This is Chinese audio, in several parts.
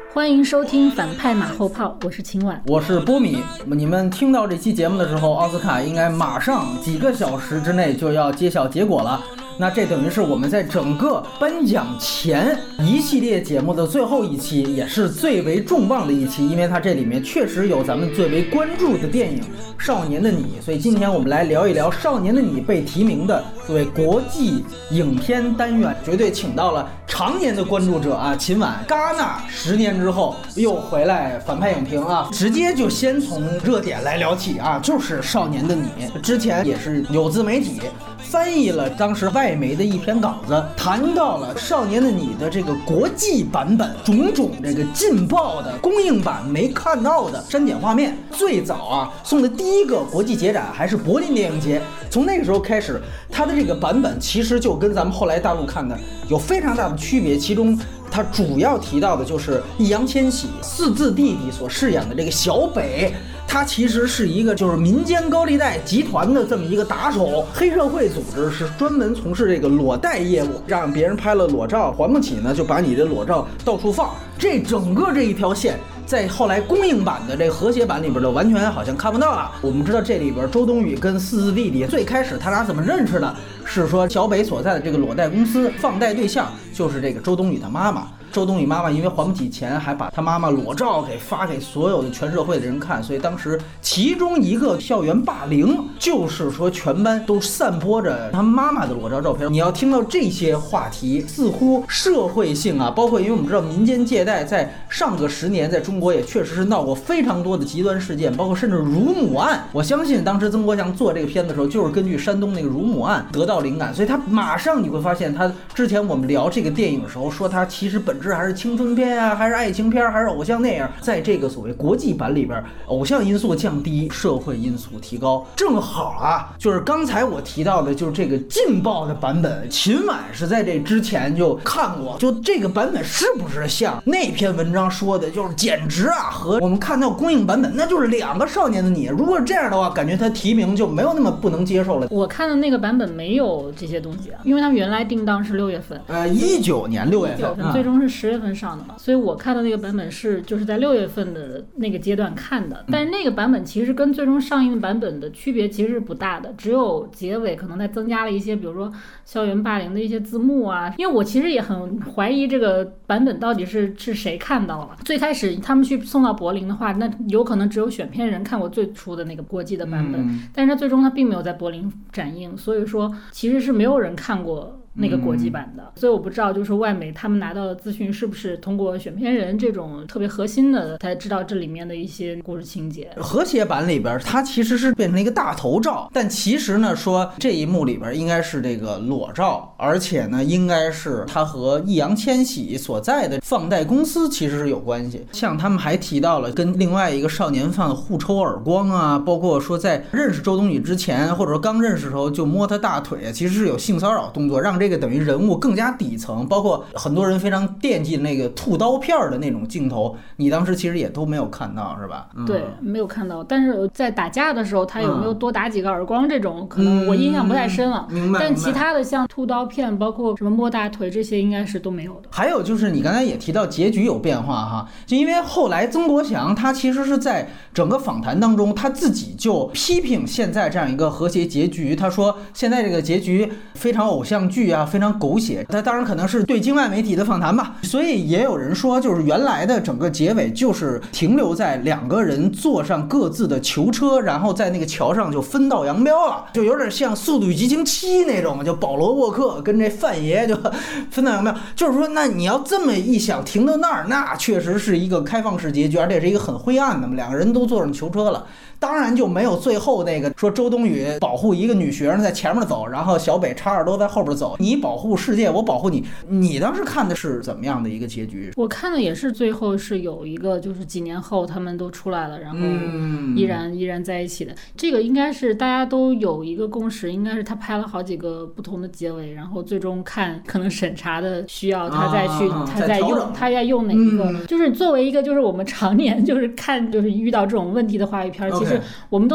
欢迎收听反派马后炮，我是秦晚， 我是波米。你们听到这期节目的时候，奥斯卡应该马上几个小时之内就要揭晓结果了。那这等于是我们在整个颁奖前一系列节目的最后一期，也是最为重磅的一期，因为它这里面确实有咱们最为关注的电影《少年的你》，所以今天我们来聊一聊《少年的你》被提名的作为国际影片单元，绝对请到了常年的关注者啊，秦晚。戛纳10年之后又回来反派影评啊，直接就先从热点来聊起啊，就是《少年的你》。之前也是有自媒体翻译了当时外媒的一篇稿子，谈到了《少年的你》的这个国际版本种种这个劲爆的公映版没看到的删减画面。最早啊送的第一个国际节展还是柏林电影节，从那个时候开始，它的这个版本其实就跟咱们后来大陆看的有非常大的区别，其中它主要提到的就是易烊千玺四字弟弟所饰演的这个小北，他其实是一个就是民间高利贷集团的这么一个打手，黑社会组织是专门从事这个裸贷业务，让别人拍了裸照还不起呢，就把你的裸照到处放。这整个这一条线在后来公映版的这个和谐版里边就完全好像看不到了。我们知道这里边周冬雨跟四字弟弟最开始他俩怎么认识的，是说小北所在的这个裸贷公司放贷对象就是这个周冬雨的妈妈。周冬雨妈妈因为还不起钱，还把她妈妈裸照给发给所有的全社会的人看，所以当时其中一个校园霸凌就是说全班都散播着她妈妈的裸照照片。你要听到这些话题，似乎社会性啊，包括因为我们知道民间借贷在上个10年在中国也确实是闹过非常多的极端事件，包括甚至乳母案。我相信当时曾国祥做这个片子的时候，就是根据山东那个乳母案得到灵感，所以他马上你会发现，他之前我们聊这个电影的时候说他其实本质还是青春片啊，还是爱情片，还是偶像电影。在这个所谓国际版里边，偶像因素降低，社会因素提高，正好啊，就是刚才我提到的，就是这个劲爆的版本。秦晚是在这之前就看过，就这个版本是不是像那篇文章说的，就是简直啊，和我们看到公映版本那就是两个少年的你。如果是这样的话，感觉他提名就没有那么不能接受了。 我看的那个版本没有这些东西啊，因为他们原来定档是6月份 ，19年6月份， 最终是10月份上的嘛，所以我看的那个版本是就是在6月份的那个阶段看的，但是那个版本其实跟最终上映的版本的区别其实是不大的，只有结尾可能再增加了一些，比如说校园霸凌的一些字幕啊。因为我其实也很怀疑这个版本到底是谁看到了。最开始他们去送到柏林的话，那有可能只有选片人看过最初的那个国际的版本，但是他最终他并没有在柏林展映，所以说其实是没有人看过那个国际版的，所以我不知道就是外媒他们拿到的资讯是不是通过选片人这种特别核心的才知道这里面的一些故事情节。 和谐版里边它其实是变成一个大头照，但其实呢说这一幕里边应该是这个裸照，而且呢应该是他和易烊千玺所在的放贷公司其实是有关系。像他们还提到了跟另外一个少年犯互抽耳光啊，包括说在认识周冬雨之前或者说刚认识的时候就摸他大腿，其实是有性骚扰动作，让这个等于人物更加底层。包括很多人非常惦记那个吐刀片的那种镜头，你当时其实也都没有看到是吧？ 对，没有看到。但是在打架的时候他有没有多打几个耳光这种可能我印象不太深了， 明白。 但其他的像吐刀片包括什么摸大腿这些应该是都没有的。 还有就是你刚才也提到结局有变化哈，就因为后来曾国祥他其实是在整个访谈当中他自己就批评现在这样一个和谐结局，他说现在这个结局非常偶像剧啊，非常狗血。他当然可能是对境外媒体的访谈吧，所以也有人说就是原来的整个结尾就是停留在两个人坐上各自的囚车，然后在那个桥上就分道扬镳了，就有点像速度与激情7那种，就保罗沃克跟这范爷就分道扬镳。就是说那你要这么一想停到那儿，那确实是一个开放式结局，而且是一个很灰暗的，两个人都坐上囚车了。当然就没有最后那个说周冬雨保护一个女学生在前面走，然后小北插耳朵在后边走，你保护世界我保护你。你当时看的是怎么样的一个结局？ 我看的也是最后是有一个就是几年后他们都出来了，然后依然在一起的。这个应该是大家都有一个共识，应该是他拍了好几个不同的结尾，然后最终看可能审查的需要他再去他在用哪一个，就是作为一个就是我们常年就是看就是遇到这种问题的话语片，其实我们都能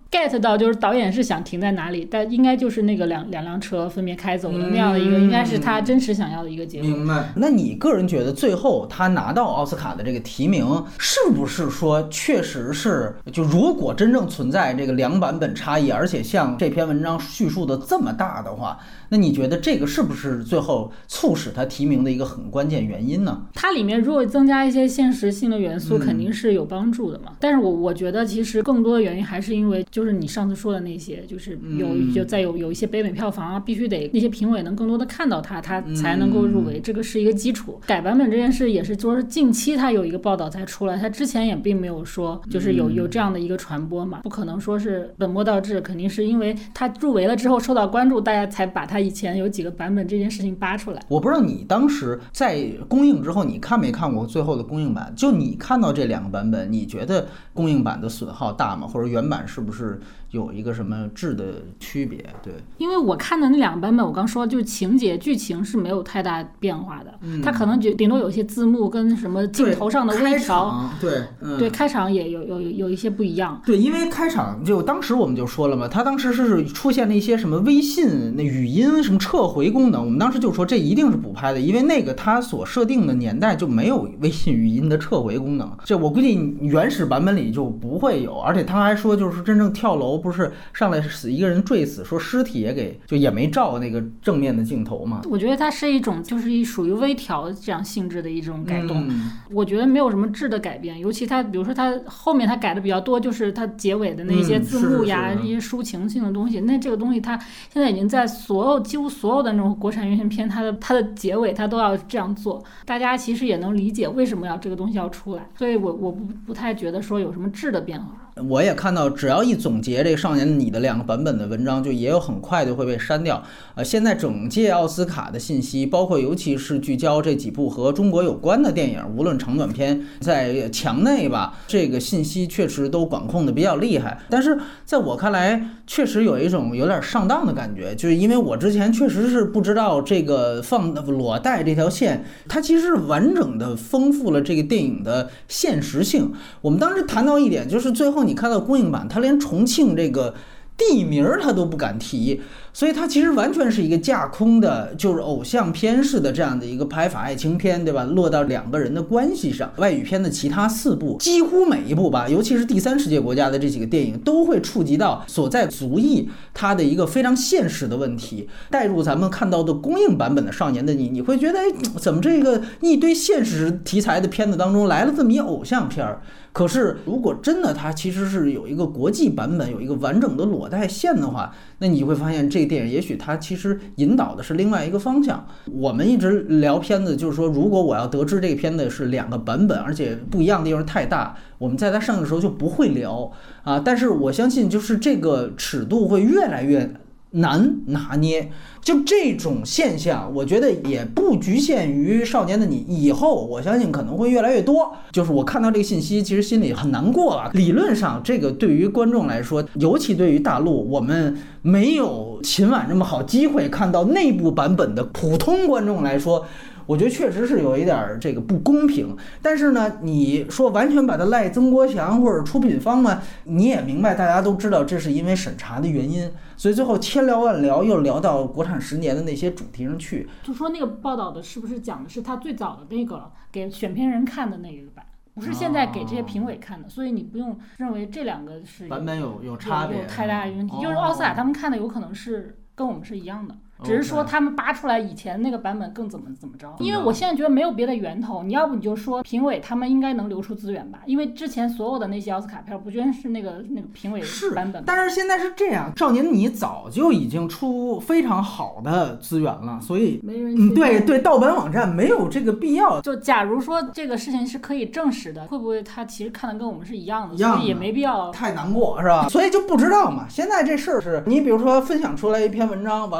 get 到就是导演是想停在哪里，但应该就是那个两辆车分别开走的那样的一个，应该是他真实想要的一个结果。 明白。那你个人觉得最后他拿到奥斯卡的这个提名，是不是说确实是就如果真正存在这个两版本差异，而且像这篇文章叙述的这么大的话，那你觉得这个是不是最后促使他提名的一个很关键原因呢？ 它里面如果增加一些现实性的元素，肯定是有帮助的嘛。但是我觉得其实更多的原因还是因为就是你上次说的那些，就是有一些北美票房啊，必须得那些评委能更多的看到它才能够入围，这个是一个基础。改版本这件事也是说近期它有一个报道才出来，它之前也并没有说就是有这样的一个传播嘛，不可能说是本末倒置，肯定是因为它入围了之后受到关注，大家才把它以前有几个版本这件事情扒出来。 我不知道你当时在公映之后你看没看过最后的公映版，就你看到这两个版本，你觉得公映版的损耗大吗？或者原版是不是有一个什么质的区别？对，因为我看的那两个版本，我刚说就是情节剧情是没有太大变化的，它可能就顶多有一些字幕跟什么镜头上的微调，对，开场也有一些不一样。 对，因为开场就当时我们就说了嘛，它当时是出现了一些什么微信那语音什么撤回功能，我们当时就说这一定是补拍的，因为那个它所设定的年代就没有微信语音的撤回功能，这我估计原始版本里就不会有。而且他还说就是真正跳楼不是上来死一个人坠死，说尸体也没照那个正面的镜头嘛。 我觉得它是一种就是属于微调这样性质的一种改动，我觉得没有什么质的改变。尤其它比如说它后面它改的比较多，就是它结尾的那些字幕呀，一些抒情性的东西，那这个东西它现在已经在几乎所有的那种国产院线片，它的结尾它都要这样做，大家其实也能理解为什么要这个东西要出来，所以我不太觉得说有什么质的变化。 我也看到只要一总结这少年的你的两个版本的文章，就也有很快就会被删掉。现在整届奥斯卡的信息，包括尤其是聚焦这几部和中国有关的电影，无论长短片，在墙内吧，这个信息确实都管控的比较厉害。但是在我看来，确实有一种有点上当的感觉，就是因为我之前确实是不知道这个放裸带这条线，它其实是完整的丰富了这个电影的现实性。我们当时谈到一点，就是最后你看到公映版，它连重庆这个地名它都不敢提，所以它其实完全是一个架空的，就是偶像片式的这样的一个拍法，爱情片，对吧？落到两个人的关系上。外语片的其他4部，几乎每一部吧，尤其是第三世界国家的这几个电影，都会触及到所在族裔它的一个非常现实的问题。带入咱们看到的公映版本的《少年的你》，你会觉得，怎么这个一堆现实题材的片子当中来了这么一偶像片儿？可是如果真的它其实是有一个国际版本，有一个完整的裸带线的话，那你会发现这个电影也许它其实引导的是另外一个方向。我们一直聊片子，就是说如果我要得知这个片子是两个版本，而且不一样的地方太大，我们在它上映的时候就不会聊啊。但是我相信就是这个尺度会越来越难拿捏，就这种现象我觉得也不局限于少年的你，以后我相信可能会越来越多。就是我看到这个信息其实心里很难过啊。理论上这个对于观众来说，尤其对于大陆，我们没有秦晚这么好机会看到内部版本的普通观众来说，我觉得确实是有一点这个不公平。但是呢，你说完全把它赖曾国祥或者出品方呢，你也明白大家都知道这是因为审查的原因，所以最后千聊万聊又聊到国产10年的那些主题上去。 就说那个报道的是不是讲的是他最早的那个给选片人看的那个版，不是现在给这些评委看的，所以你不用认为这两个是版本有差别， 有太大的问题。就是奥斯卡他们看的有可能是跟我们是一样的，只是说他们扒出来以前那个版本更怎么着。因为我现在觉得没有别的源头，你要不你就说评委他们应该能留出资源吧，因为之前所有的那些奥斯卡片不全是那个评委版本， 但是现在是这样，少年你早就已经出非常好的资源了，所以没人对盗版网站没有这个必要。 就假如说这个事情是可以证实的，会不会他其实看的跟我们是一样的，所以也没必要太难过是吧？所以就不知道嘛。现在这事儿是你比如说分享出来一篇文章，完了我这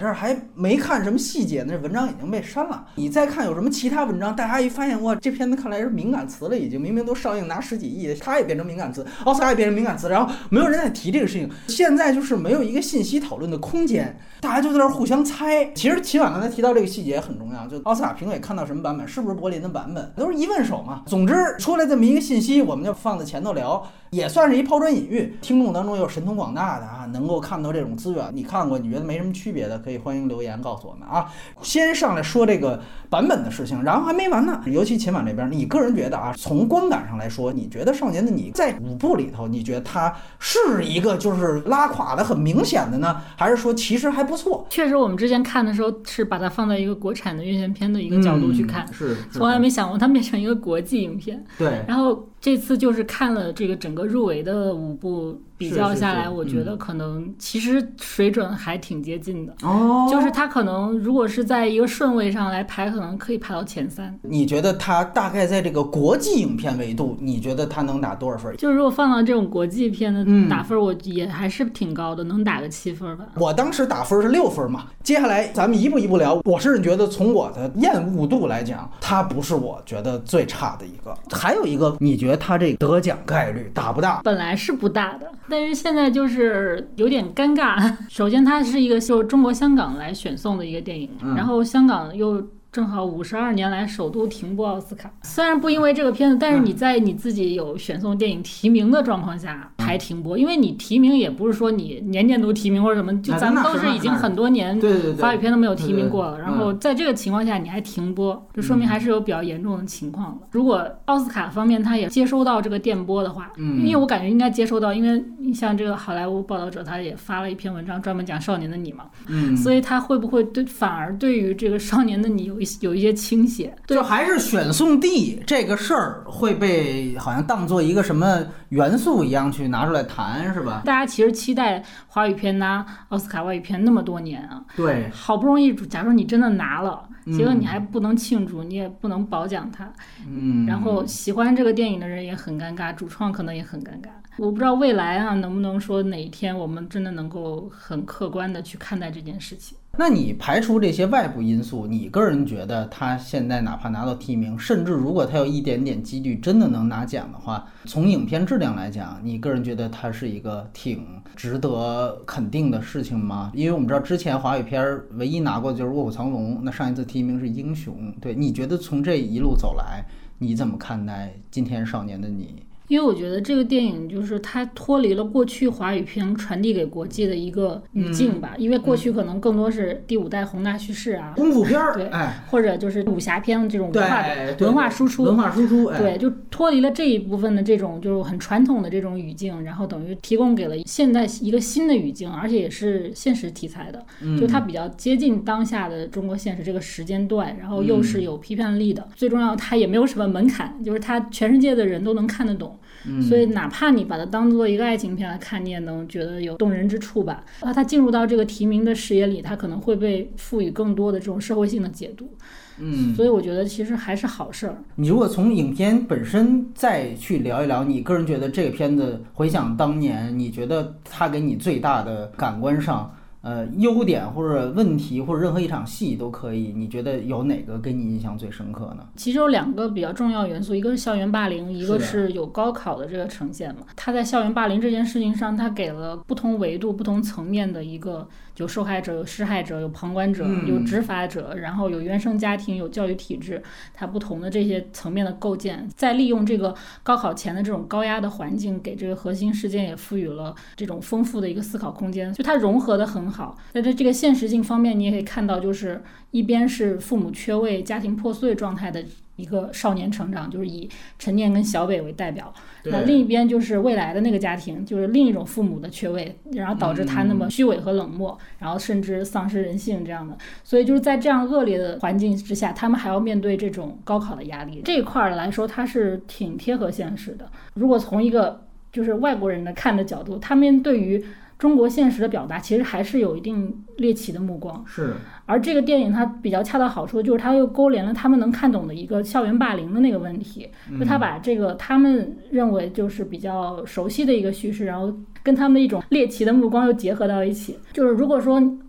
这儿还没看什么细节，那文章已经被删了。你再看有什么其他文章，大家一发现哇，这片子看来是敏感词了，已经明明都上映拿10几亿，它也变成敏感词，奥斯卡也变成敏感词，然后没有人在提这个事情。现在就是没有一个信息讨论的空间，大家就在那儿互相猜。其实齐婉刚才提到这个细节很重要，就奥斯卡评委看到什么版本，是不是柏林的版本，都是疑问手嘛。总之出来这么一个信息，我们就放在前头聊，也算是一抛砖引玉。听众当中有神通广大的啊，能够看到这种资源，你看过你觉得没什么区别的，可以欢迎留言告诉我们啊。先上来说这个版本的事情，然后还没完呢。尤其秦晚这边，你个人觉得啊，从观感上来说，你觉得《少年的你》在5部里头，你觉得它是一个就是拉垮的很明显的呢，还是说其实还不错？ 确实，我们之前看的时候是把它放在一个国产的院线片的一个角度去看， 是从来没想过它变成一个国际影片。 对， 然后这次就是看了这个整个入围的5部比较下来，我觉得可能其实水准还挺接近的。就是它可能如果是在一个顺位上来排，可能可以排到前3。 你觉得它大概在这个国际影片维度，你觉得它能打多少分？ 就是如果放到这种国际片的打分，我也还是挺高的，能打个7分吧。 我当时打分是6分嘛。接下来咱们一步一步聊。我是觉得从我的厌恶度来讲，它不是我觉得最差的一个。还有一个，你觉得它这个得奖概率大不大？ 本来是不大的，但是现在就是有点尴尬。首先它是一个就中国香港来选送的一个电影，然后香港又正好52年来首度停播奥斯卡。虽然不因为这个片子，但是你在你自己有选送电影提名的状况下还停播，因为你提名也不是说你年年都提名或者什么，就咱们都是已经很多年华语片都没有提名过了，然后在这个情况下你还停播，就说明还是有比较严重的情况的。如果奥斯卡方面他也接收到这个电波的话，因为我感觉应该接收到，因为你像这个好莱坞报道者他也发了一篇文章专门讲少年的你嘛，所以他会不会反而对于这个少年的你有一些倾斜， 就还是选送地这个事儿会被好像当做一个什么元素一样去拿出来谈，是吧？ 大家其实期待华语片拿奥斯卡外语片那么多年啊， 对， 好不容易，假如你真的拿了，结果你还不能庆祝，你也不能褒奖它，然后喜欢这个电影的人也很尴尬，主创可能也很尴尬。我不知道未来啊能不能说哪一天我们真的能够很客观的去看待这件事情。 那你排除这些外部因素，你个人觉得他现在哪怕拿到提名，甚至如果他有一点点几率真的能拿奖的话，从影片质量来讲，你个人觉得它是一个挺值得肯定的事情吗？因为我们知道之前华语片唯一拿过的就是《卧虎藏龙》，那上一次提名是《英雄》。对，你觉得从这一路走来，你怎么看待今天少年的你？ 因为我觉得这个电影就是它脱离了过去华语片传递给国际的一个语境吧，因为过去可能更多是第5代宏大叙事啊， 功夫片对，或者就是武侠片这种文化输出，对，就脱离了这一部分的这种就是很传统的这种语境，然后等于提供给了现在一个新的语境，而且也是现实题材的，就它比较接近当下的中国现实这个时间段，然后又是有批判力的，最重要它也没有什么门槛，就是它全世界的人都能看得懂。所以哪怕你把它当做一个爱情片来看，你也能觉得有动人之处吧。它进入到这个提名的视野里，它可能会被赋予更多的这种社会性的解读。所以我觉得其实还是好事儿。 你如果从影片本身再去聊一聊，你个人觉得这个片子回想当年，你觉得它给你最大的感官上优点或者问题或者任何一场戏都可以，你觉得有哪个给你印象最深刻呢？ 其实有2个比较重要元素，一个是校园霸凌，一个是有高考的这个呈现嘛。他在校园霸凌这件事情上，他给了不同维度不同层面的一个，有受害者，有施害者，有旁观者，有执法者，然后有原生家庭，有教育体制，它不同的这些层面的构建，再利用这个高考前的这种高压的环境，给这个核心事件也赋予了这种丰富的一个思考空间，就它融合的很好。在这个现实性方面，你也可以看到，就是一边是父母缺位、家庭破碎状态的一个少年成长，就是以陈念跟小北为代表，那另一边就是未来的那个家庭，就是另一种父母的缺位，然后导致他那么虚伪和冷漠，然后甚至丧失人性这样的。所以就是在这样恶劣的环境之下，他们还要面对这种高考的压力，这一块来说它是挺贴合现实的。如果从一个就是外国人的看的角度，他们对于中国现实的表达其实还是有一定猎奇的目光， 是。 而这个电影它比较恰到好处，就是它又勾连了他们能看懂的一个校园霸凌的那个问题，就他把这个他们认为就是比较熟悉的一个叙事，然后跟他们的一种猎奇的目光又结合到一起。就是如果说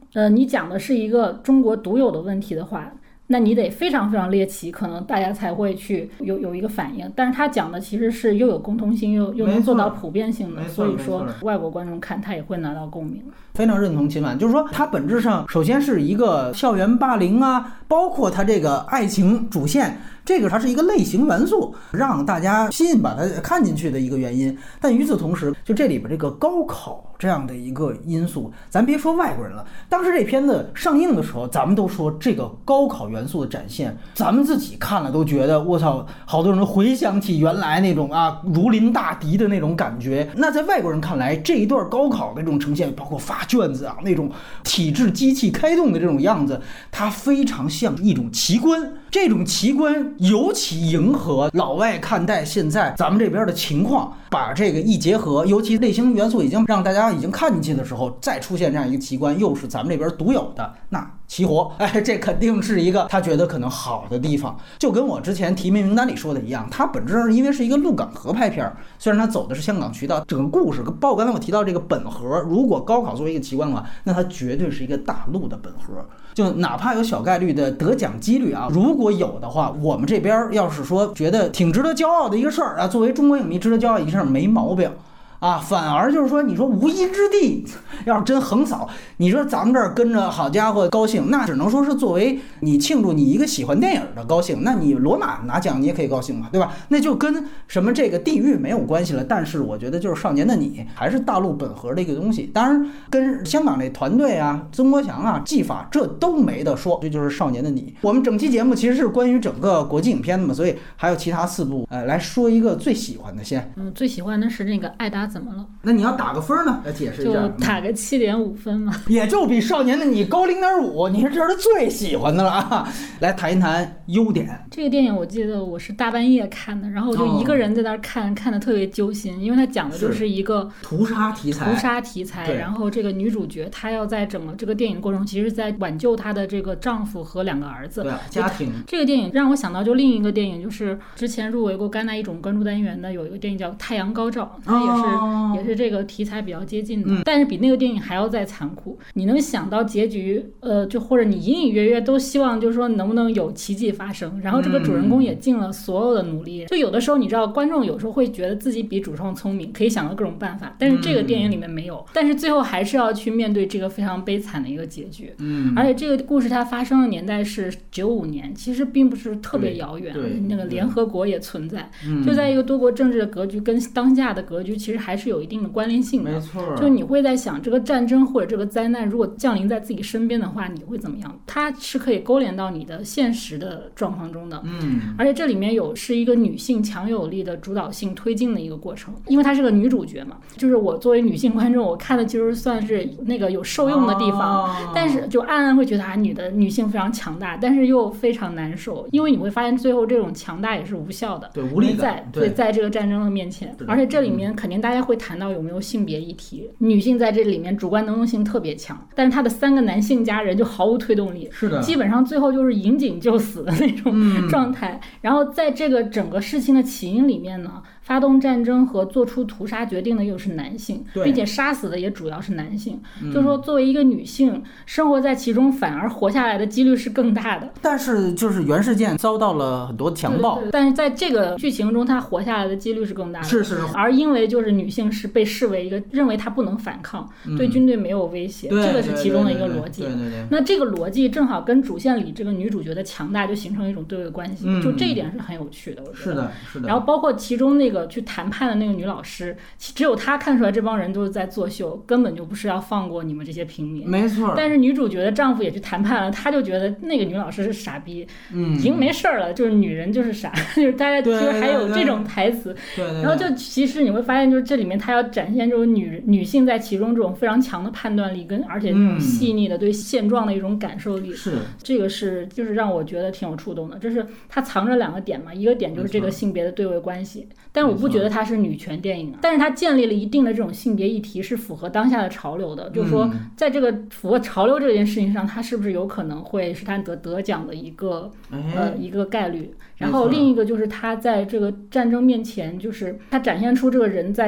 你讲的是一个中国独有的问题的话，那你得非常非常猎奇，可能大家才会去有一个反应。但是他讲的其实是又有共通性，又能做到普遍性的，所以说外国观众看他也会拿到共鸣。 非常认同秦晚，就是说它本质上首先是一个校园霸凌啊，包括它这个爱情主线，这个它是一个类型元素，让大家吸引把它看进去的一个原因。但与此同时，就这里边这个高考这样的一个因素，咱别说外国人了，当时这片子上映的时候，咱们都说这个高考元素的展现，咱们自己看了都觉得我操，好多人回想起原来那种啊如临大敌的那种感觉。那在外国人看来，这一段高考的这种呈现，包括发卷子啊那种体制机器开动的这种样子，它非常像一种奇观。这种奇观尤其迎合老外看待现在咱们这边的情况，把这个一结合，尤其类型元素已经让大家已经看进去的时候，再出现这样一个奇观，又是咱们这边独有的，那齐活，这肯定是一个他觉得可能好的地方。就跟我之前提名名单里说的一样，它本质上因为是一个陆港合拍片，虽然它走的是香港渠道，整个故事包括刚才我提到这个本核，如果高考作为一个奇观的话，那它绝对是一个大陆的本核。就哪怕有小概率的得奖几率啊，如果有的话，我们这边要是说觉得挺值得骄傲的一个事儿啊，作为中国影迷值得骄傲一个事儿没毛病啊，反而就是说，你说无一之地，要是真横扫，你说咱们这儿跟着好家伙高兴，那只能说是作为你庆祝你一个喜欢电影的高兴，那你罗马拿奖你也可以高兴嘛，对吧？那就跟什么这个地域没有关系了。但是我觉得就是《少年的你》还是大陆本核的一个东西，当然跟香港那团队啊、曾国强啊、技法这都没得说，这就是《少年的你》。我们整期节目其实是关于整个国际影片的嘛，所以还有其他4部，来说一个最喜欢的先。 最喜欢的是那个艾达怎么了？ 那你要打个分呢？来解释一下。 就打个7.5分嘛， 也就比少年的你高0.5，你是这是最喜欢的了啊！来谈一谈优点。 这个电影我记得我是大半夜看的，然后我就一个人在那儿看，看得特别揪心，因为它讲的就是一个屠杀题材， 然后这个女主角她要在整个这个电影过程，其实在挽救她的这个丈夫和2个儿子。 对，家庭。 这个电影让我想到就另一个电影，就是之前入围过戛纳一种关注单元的有一个电影叫《太阳高照》，它也是这个题材比较接近的，但是比那个电影还要再残酷。你能想到结局，就或者你隐隐约约都希望就是说能不能有奇迹发生，然后这个主人公也尽了所有的努力。就有的时候你知道观众有时候会觉得自己比主创聪明，可以想到各种办法，但是这个电影里面没有，但是最后还是要去面对这个非常悲惨的一个结局。而且这个故事它发生的年代是95年，其实并不是特别遥远，那个联合国也存在，就在一个多国政治的格局跟当下的格局其实还是有一定的关联性的。 没错， 就你会在想这个战争或者这个灾难如果降临在自己身边的话，你会怎么样？它是可以勾连到你的现实的状况中的。而且这里面是一个女性强有力的主导性推进的一个过程，因为她是个女主角嘛，就是我作为女性观众，我看的其实算是那个有受用的地方，但是就暗暗会觉得女性非常强大，但是又非常难受，因为你会发现最后这种强大也是无效的， 对，无力感， 在这个战争的面前。而且这里面肯定大家会谈到有没有性别议题，女性在这里面主观能动性特别强，但是她的3个男性家人就毫无推动力， 是的， 基本上最后就是引颈就死的那种状态。然后在这个整个事情的起因里面呢，发动战争和做出屠杀决定的又是男性，并且杀死的也主要是男性。就是说作为一个女性生活在其中，反而活下来的几率是更大的。 但是就是袁世健遭到了很多强暴， 但是在这个剧情中她活下来的几率是更大的。 是。 而因为就是女性是被视为一个认为她不能反抗，对军队没有威胁，这个是其中的一个逻辑。那这个逻辑正好跟主线里这个女主角的强大就形成一种对位关系，就这一点是很有趣的，我觉得。是的。然后包括其中那个去谈判的那个女老师，只有她看出来这帮人都是在作秀，根本就不是要放过你们这些平民。 没错。 但是女主角的丈夫也去谈判了，他就觉得那个女老师是傻逼，已经没事了，就是女人就是傻，就是大家就是还有这种台词。 对。 然后就其实你会发现，就是这里面她要展现这种女性在其中这种非常强的判断力，跟而且这种细腻的对现状的一种感受力。 是。 这个是就是让我觉得挺有触动的。这是它藏着2个点嘛，一个点就是这个性别的对位关系，但是我不觉得它是女权电影，但是它建立了一定的这种性别议题，是符合当下的潮流的。就是说，在这个符合潮流这件事情上，它是不是有可能会是它得奖的一个概率。然后另一个就是他在这个战争面前，就是他展现出这个人在这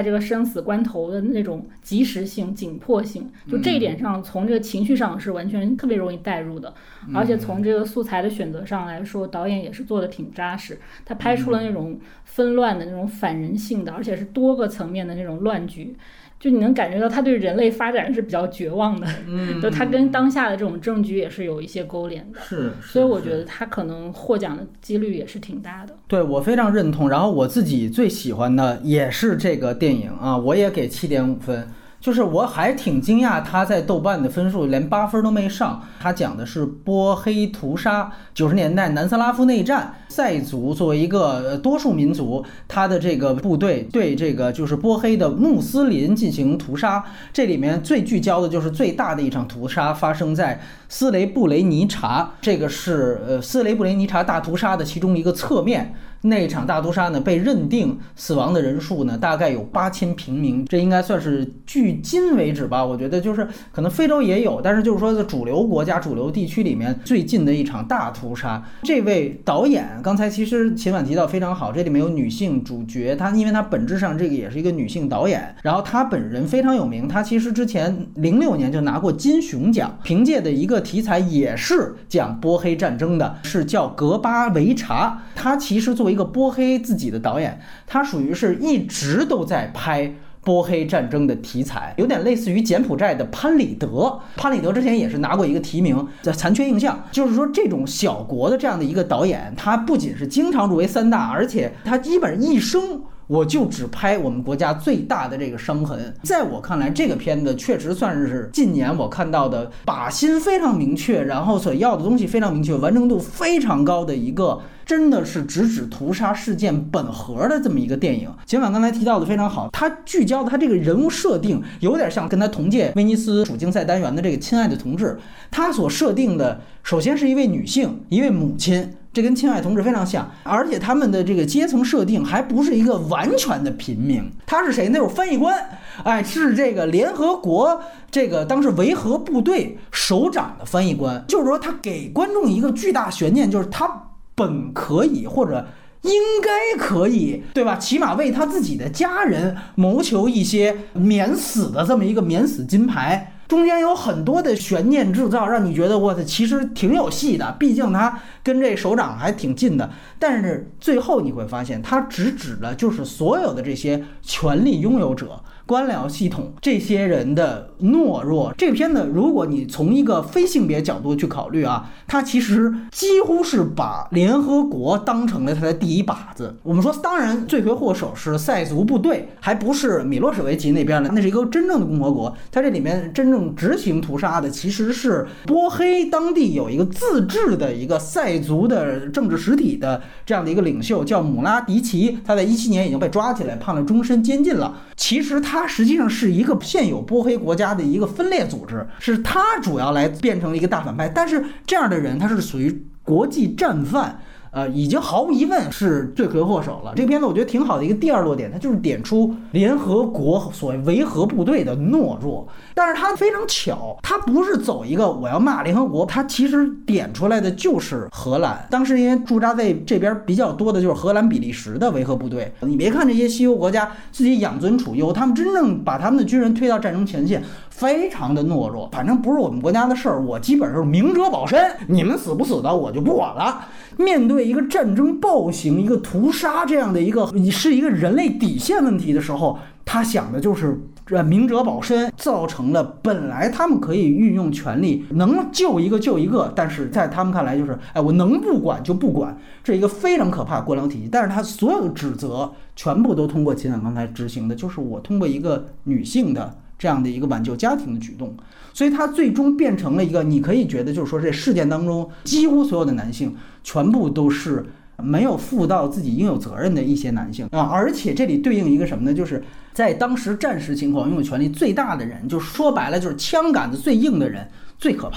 这个生死关头的那种及时性、紧迫性，就这一点上，从这个情绪上是完全特别容易带入的，而且从这个素材的选择上来说，导演也是做的挺扎实，他拍出了那种纷乱的那种反人性的，而且是多个层面的那种乱局。就你能感觉到他对人类发展是比较绝望的，就他跟当下的这种政局也是有一些勾连的，所以我觉得他可能获奖的几率也是挺大的。 对，我非常认同。然后我自己最喜欢的也是这个电影啊，我也给7.5分。就是我还挺惊讶，他在豆瓣的分数连8分都没上。他讲的是波黑屠杀，90年代南斯拉夫内战，塞族作为一个多数民族，他的这个部队对这个就是波黑的穆斯林进行屠杀。这里面最聚焦的就是最大的一场屠杀发生在斯雷布雷尼察，这个是斯雷布雷尼察大屠杀的其中一个侧面。那场大屠杀呢，被认定死亡的人数呢，大概有8000平民，这应该算是距今为止吧。我觉得就是可能非洲也有，但是就是说在主流国家、主流地区里面最近的一场大屠杀。这位导演刚才其实秦晚提到非常好，这里面有女性主角，她因为她本质上这个也是一个女性导演，然后她本人非常有名，她其实之前06年就拿过金熊奖，凭借的一个题材也是讲波黑战争的，是叫格巴维查。她其实作为一个波黑自己的导演，他属于是一直都在拍波黑战争的题材，有点类似于柬埔寨的潘里德。潘里德之前也是拿过一个提名，在残缺印象。就是说这种小国的这样的一个导演，他不仅是经常入围3大，而且他基本上一生我就只拍我们国家最大的这个伤痕。在我看来，这个片子确实算是近年我看到的靶心非常明确，然后所要的东西非常明确，完成度非常高的一个真的是直指屠杀事件本核的这么一个电影。秦晚刚才提到的非常好，他聚焦的他这个人物设定有点像跟他同届威尼斯主竞赛单元的这个亲爱的同志，他所设定的首先是一位女性，一位母亲，这跟亲爱同志非常像，而且他们的这个阶层设定还不是一个完全的平民。他是谁？那种翻译官，是这个联合国这个当时维和部队首长的翻译官。就是说他给观众一个巨大悬念，就是他本可以或者应该可以，对吧？起码为他自己的家人谋求一些免死的这么一个免死金牌。中间有很多的悬念制造，让你觉得我操，其实挺有戏的。毕竟他跟这首长还挺近的，但是最后你会发现，他直指的就是所有的这些权力拥有者、官僚系统这些人的懦弱。这片子如果你从一个非性别角度去考虑啊，它其实几乎是把联合国当成了他的第一把子。我们说，当然罪魁祸首是塞族部队，还不是米洛舍维奇那边的，那是一个真正的共和国。它这里面真正执行屠杀的其实是波黑当地有一个自治的一个塞族的政治实体的这样的一个领袖，叫姆拉迪奇。他在17年已经被抓起来，判了终身监禁了。其实他实际上是一个现有波黑国家的一个分裂组织，是他主要来变成了一个大反派。但是这样的人他是属于国际战犯，已经毫无疑问是罪魁祸首了。这个片子我觉得挺好的一个第二落点，它就是点出联合国所谓维和部队的懦弱。但是它非常巧，它不是走一个我要骂联合国，它其实点出来的就是荷兰。当时因为驻扎在这边比较多的就是荷兰、比利时的维和部队。你别看这些西欧国家自己养尊处优，他们真正把他们的军人推到战争前线，非常的懦弱。反正不是我们国家的事儿，我基本上是明哲保身，你们死不死的我就不管了。面对一个战争暴行、一个屠杀这样的一个是一个人类底线问题的时候，他想的就是明哲保身，造成了本来他们可以运用权力能救一个救一个，但是在他们看来就是我能不管就不管，这一个非常可怕的官僚体系。但是他所有的指责全部都通过秦晚刚才执行的，就是我通过一个女性的这样的一个挽救家庭的举动，所以他最终变成了一个你可以觉得就是说这事件当中几乎所有的男性全部都是没有负到自己应有责任的一些男性而且这里对应一个什么呢？就是在当时战时情况拥有权力最大的人，就说白了就是枪杆子最硬的人最可怕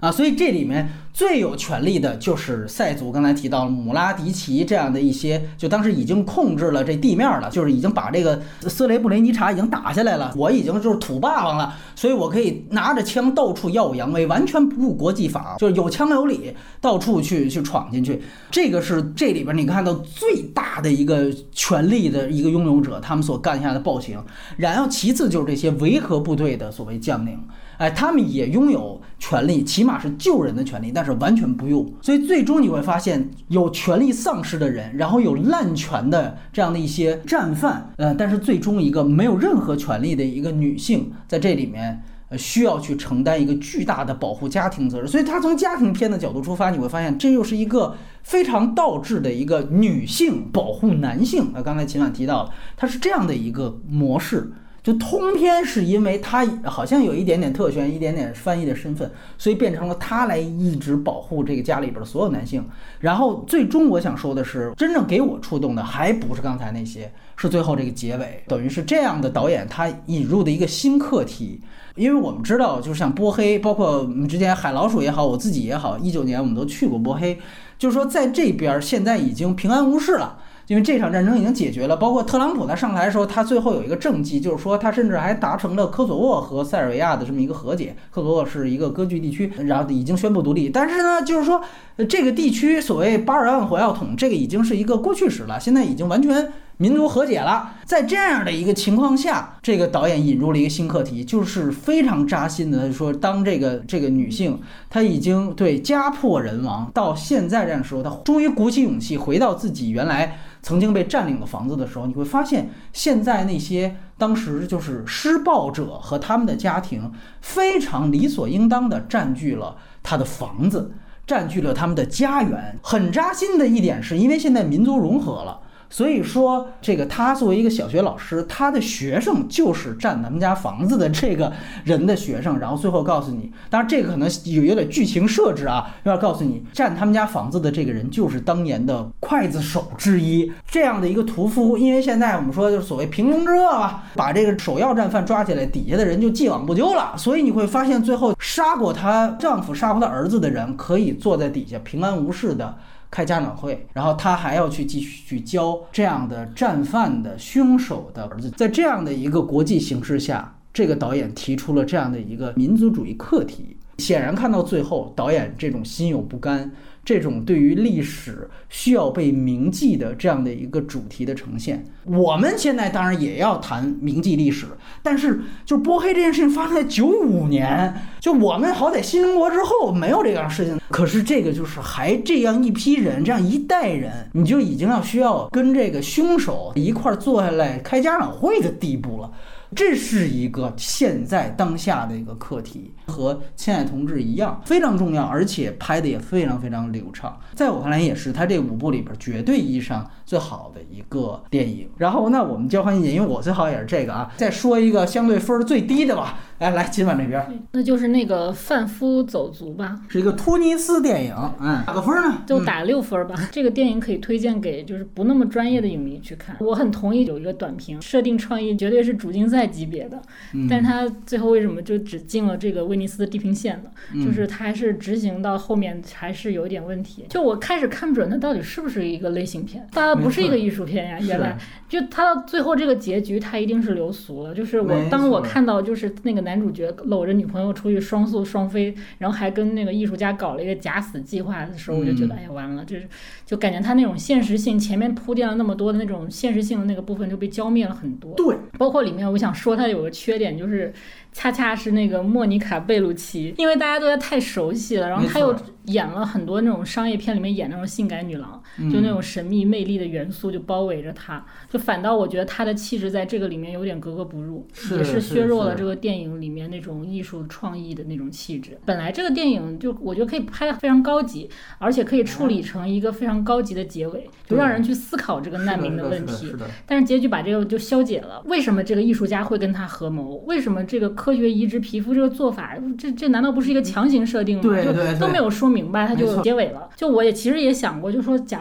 啊，所以这里面最有权力的就是塞族，刚才提到了姆拉迪奇这样的一些，就当时已经控制了这地面了，就是已经把这个斯雷布雷尼察已经打下来了，我已经就是土霸王了，所以我可以拿着枪到处耀武扬威，完全不顾国际法，就是有枪有理，到处去闯进去。这个是这里边你看到最大的一个权力的一个拥有者，他们所干下的暴行。然后其次就是这些维和部队的所谓将领，他们也拥有权利，起码是救人的权利，但是完全不用。所以最终你会发现，有权力丧失的人，然后有滥权的这样的一些战犯，但是最终一个没有任何权利的一个女性，在这里面需要去承担一个巨大的保护家庭责任。所以他从家庭片的角度出发，你会发现这又是一个非常倒置的一个女性保护男性。刚才秦晚提到了，它是这样的一个模式。就通篇是因为他好像有一点点特权，一点点翻译的身份，所以变成了他来一直保护这个家里边的所有男性。然后最终我想说的是，真正给我触动的还不是刚才那些，是最后这个结尾，等于是这样的导演他引入的一个新课题。因为我们知道，就是像波黑，包括我们之前海老鼠也好，我自己也好，19年我们都去过波黑，就是说在这边现在已经平安无事了。因为这场战争已经解决了，包括特朗普他上台的时候，他最后有一个政绩，就是说他甚至还达成了科索沃和塞尔维亚的这么一个和解。科索沃是一个割据地区，然后已经宣布独立，但是呢，就是说这个地区所谓巴尔干火药桶，这个已经是一个过去式了，现在已经完全民族和解了。在这样的一个情况下，这个导演引入了一个新课题，就是非常扎心的说，当这个女性她已经对家破人亡，到现在这样的时候，她终于鼓起勇气回到自己原来曾经被占领的房子的时候，你会发现现在那些当时就是施暴者和他们的家庭非常理所应当的占据了他的房子，占据了他们的家园。很扎心的一点是，因为现在民族融合了，所以说这个他作为一个小学老师，他的学生就是占他们家房子的这个人的学生，然后最后告诉你，当然这个可能有点剧情设置啊，要告诉你占他们家房子的这个人就是当年的刽子手之一，这样的一个屠夫。因为现在我们说就是所谓平庸之恶吧，把这个首要战犯抓起来，底下的人就既往不咎了。所以你会发现最后杀过她丈夫杀过她儿子的人可以坐在底下平安无事的开家长会，然后他还要去继续去教这样的战犯的凶手的儿子。在这样的一个国际形势下，这个导演提出了这样的一个民族主义课题。显然看到最后，导演这种心有不甘，这种对于历史需要被铭记的这样的一个主题的呈现。我们现在当然也要谈铭记历史，但是就是波黑这件事情发生在95年，就我们好歹新中国之后没有这样的事情，可是这个就是还这样一批人，这样一代人，你就已经需要跟这个凶手一块坐下来开家长会的地步了。这是一个现在当下的一个课题，和亲爱同志一样非常重要，而且拍的也非常非常流畅。在我看来也是他这5部里边绝对意义上最好的一个电影。然后那我们交换意见，因为我最好也是这个啊，再说一个相对分最低的吧。来今晚这边那就是那个贩夫走卒吧， 是一个突尼斯电影。打个分呢？ 就打6分吧。这个电影可以推荐给就是不那么专业的影迷去看。我很同意有一个短评，设定创意绝对是主竞赛级别的，但是他最后为什么就只进了这个威尼斯的地平线呢？就是他还是执行到后面还是有一点问题。就我开始看不准他到底是不是一个类型片，他不是一个艺术片呀，原来就他到最后这个结局他一定是流俗了。就是当我看到就是那个男主角搂着女朋友出去双宿双飞，然后还跟那个艺术家搞了一个假死计划的时候，我就觉得哎呀完了，就感觉他那种现实性前面铺垫了那么多的那种现实性的那个部分就被浇灭了很多。 对， 包括里面我想说他有个缺点，就是恰恰是那个莫妮卡贝鲁奇，因为大家对她太熟悉了，然后她又演了很多那种商业片里面演那种性感女郎，就那种神秘魅力的元素就包围着她，就反倒我觉得她的气质在这个里面有点格格不入，也是削弱了这个电影里面那种艺术创意的那种气质。本来这个电影就我觉得可以拍得非常高级，而且可以处理成一个非常高级的结尾，就让人去思考这个难民的问题。但是结局把这个就消解了，为什么这个艺术家会跟他合谋？为什么这个科学移植皮肤这个做法，这难道不是一个强行设定吗？ 对， 就都没有说明白，他就结尾了。就我也其实也想过，就说假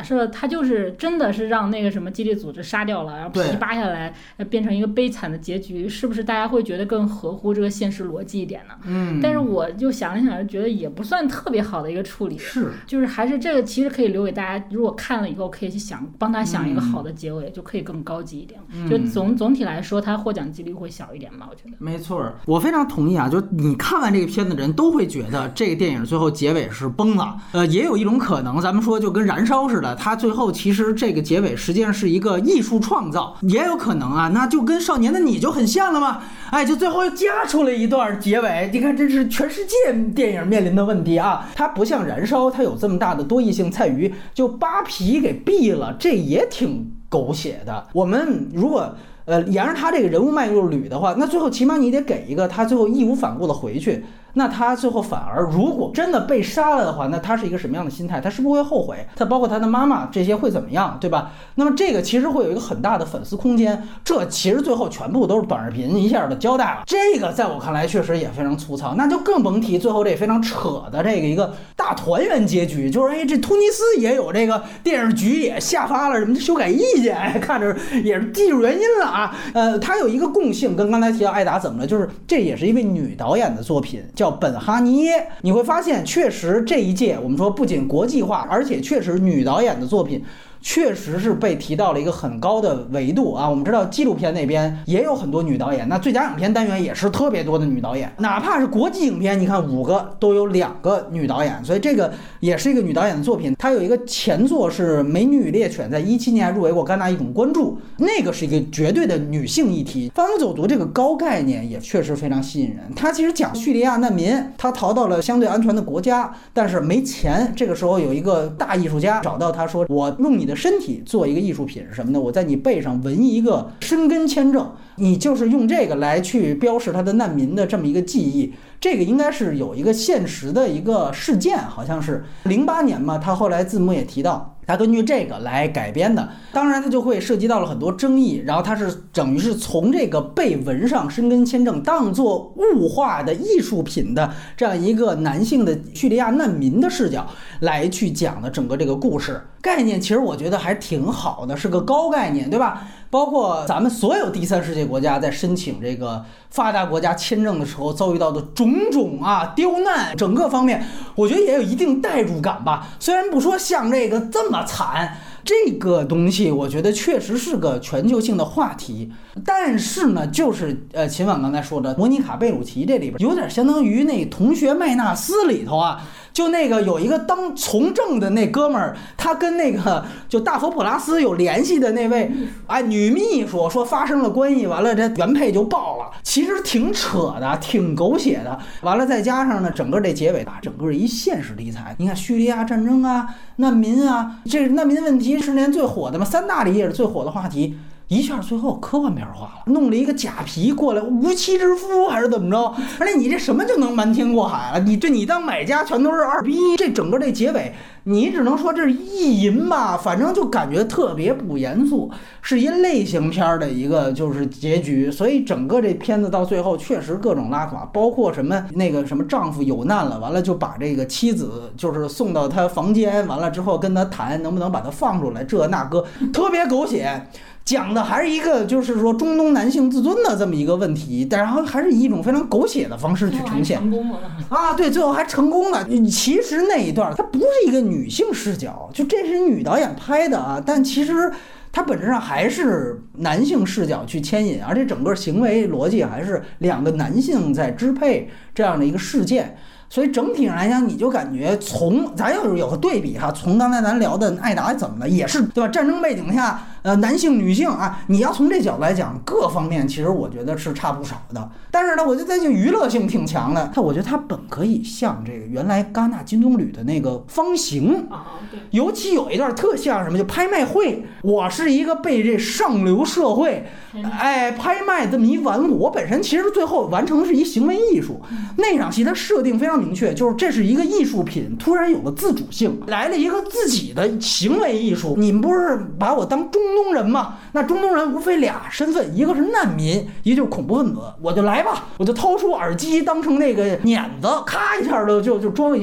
设他就是真的是让那个什么基地组织杀掉了，然后皮扒下来变成一个悲惨的结局，是不是大家会觉得更合乎这个现实逻辑一点呢？但是我就想一想，觉得也不算特别好的一个处理，就是还是这个其实可以留给大家，如果看了以后可以去想，帮他想一个好的结尾，就可以更高级一点。就总体来说，他获奖几率会小一点吧，我觉得。 没错，我非常同意啊！就你看完这个片子的人都会觉得这个电影最后结尾是崩了。也有一种可能，咱们说就跟燃烧似的，它最后其实这个结尾实际上是一个艺术创造，也有可能啊，那就跟少年的你就很像了嘛。哎，就最后又加出了一段结尾，你看这是全世界电影面临的问题啊！它不像燃烧，它有这么大的多异性在于就扒皮给毙了，这也挺狗血的。我们如果沿着他这个人物脉络捋的话，那最后起码你得给一个他最后义无反顾的回去。那他最后反而如果真的被杀了的话，那他是一个什么样的心态？他是不是会后悔？他包括他的妈妈这些会怎么样，对吧？那么这个其实会有一个很大的粉丝空间，这其实最后全部都是短视频一下的交代了。这个在我看来确实也非常粗糙，那就更甭提最后这非常扯的这个一个大团圆结局，就是这突尼斯也有这个电视局也下发了什么修改意见，看着也是技术原因了啊。他有一个共性，跟刚才提到艾达怎么了，就是这也是一位女导演的作品，叫本哈尼耶。你会发现确实这一届我们说不仅国际化，而且确实女导演的作品确实是被提到了一个很高的维度啊！我们知道纪录片那边也有很多女导演，那最佳影片单元也是特别多的女导演，哪怕是国际影片，你看5个都有2个女导演，所以这个也是一个女导演的作品。她有一个前作是《美女与猎犬》，在17年入围过戛纳一种关注，那个是一个绝对的女性议题。贩夫走卒这个高概念也确实非常吸引人，它其实讲叙利亚难民，他逃到了相对安全的国家，但是没钱，这个时候有一个大艺术家找到他说，我用你的身体做一个艺术品是什么呢？我在你背上纹一个申根签证，你就是用这个来去标示他的难民的这么一个记忆。这个应该是有一个现实的一个事件，好像是08年嘛，他后来字幕也提到他根据这个来改编的，当然他就会涉及到了很多争议，然后他是等于是从这个被纹上申根签证当作物化的艺术品的这样一个男性的叙利亚难民的视角来去讲的整个这个故事概念，其实我觉得还挺好的，是个高概念，对吧？包括咱们所有第三世界国家在申请这个发达国家签证的时候遭遇到的种种刁难，整个方面我觉得也有一定代入感吧。虽然不说像这个这么惨，这个东西我觉得确实是个全球性的话题，但是呢，就是秦晚刚才说的莫妮卡贝鲁奇这里边有点相当于那同学麦纳斯里头啊，就那个有一个当从政的那哥们儿，他跟那个就大佛普拉斯有联系的那位女秘书说发生了关系，完了这原配就爆了，其实挺扯的，挺狗血的。完了再加上呢，整个这结尾整个一现实题材，你看叙利亚战争啊、难民啊，这难民问题是年最火的嘛，3大里也是最火的话题。一下最后科幻片化了，弄了一个假皮过来，无妻之夫还是怎么着？而且你这什么就能瞒天过海了？你当买家全都是二逼，这整个这结尾，你只能说这是意淫吧，反正就感觉特别不严肃，是一类型片的一个就是结局。所以整个这片子到最后确实各种拉垮，包括什么那个什么丈夫有难了，完了就把这个妻子就是送到他房间，完了之后跟他谈能不能把他放出来，这那个特别狗血。讲的还是一个就是说中东男性自尊的这么一个问题，但然后还是以一种非常狗血的方式去呈现对，最后还成功了。其实那一段它不是一个女性视角，就这是女导演拍的但其实它本质上还是男性视角去牵引，而且整个行为逻辑还是2个男性在支配这样的一个事件。所以整体上来讲，你就感觉咱要是有个对比从刚才咱聊的艾达怎么了，也是对吧？战争背景下，男性女性你要从这角度来讲，各方面其实我觉得是差不少的。但是呢，我觉得它就娱乐性挺强的。我觉得它本可以像这个原来戛纳金棕榈的那个方形尤其有一段特像什么，就拍卖会。我是一个被这上流社会拍卖这么一玩物，我本身其实最后完成的是一行为艺术。那场戏它设定非常明确，就是这是一个艺术品，突然有了自主性，来了一个自己的行为艺术。你们不是把我当中东人吗？那中东人无非俩身份，一个是难民，一个就是恐怖分子。我就来吧，我就掏出耳机当成那个碾子，咔一下就装一下。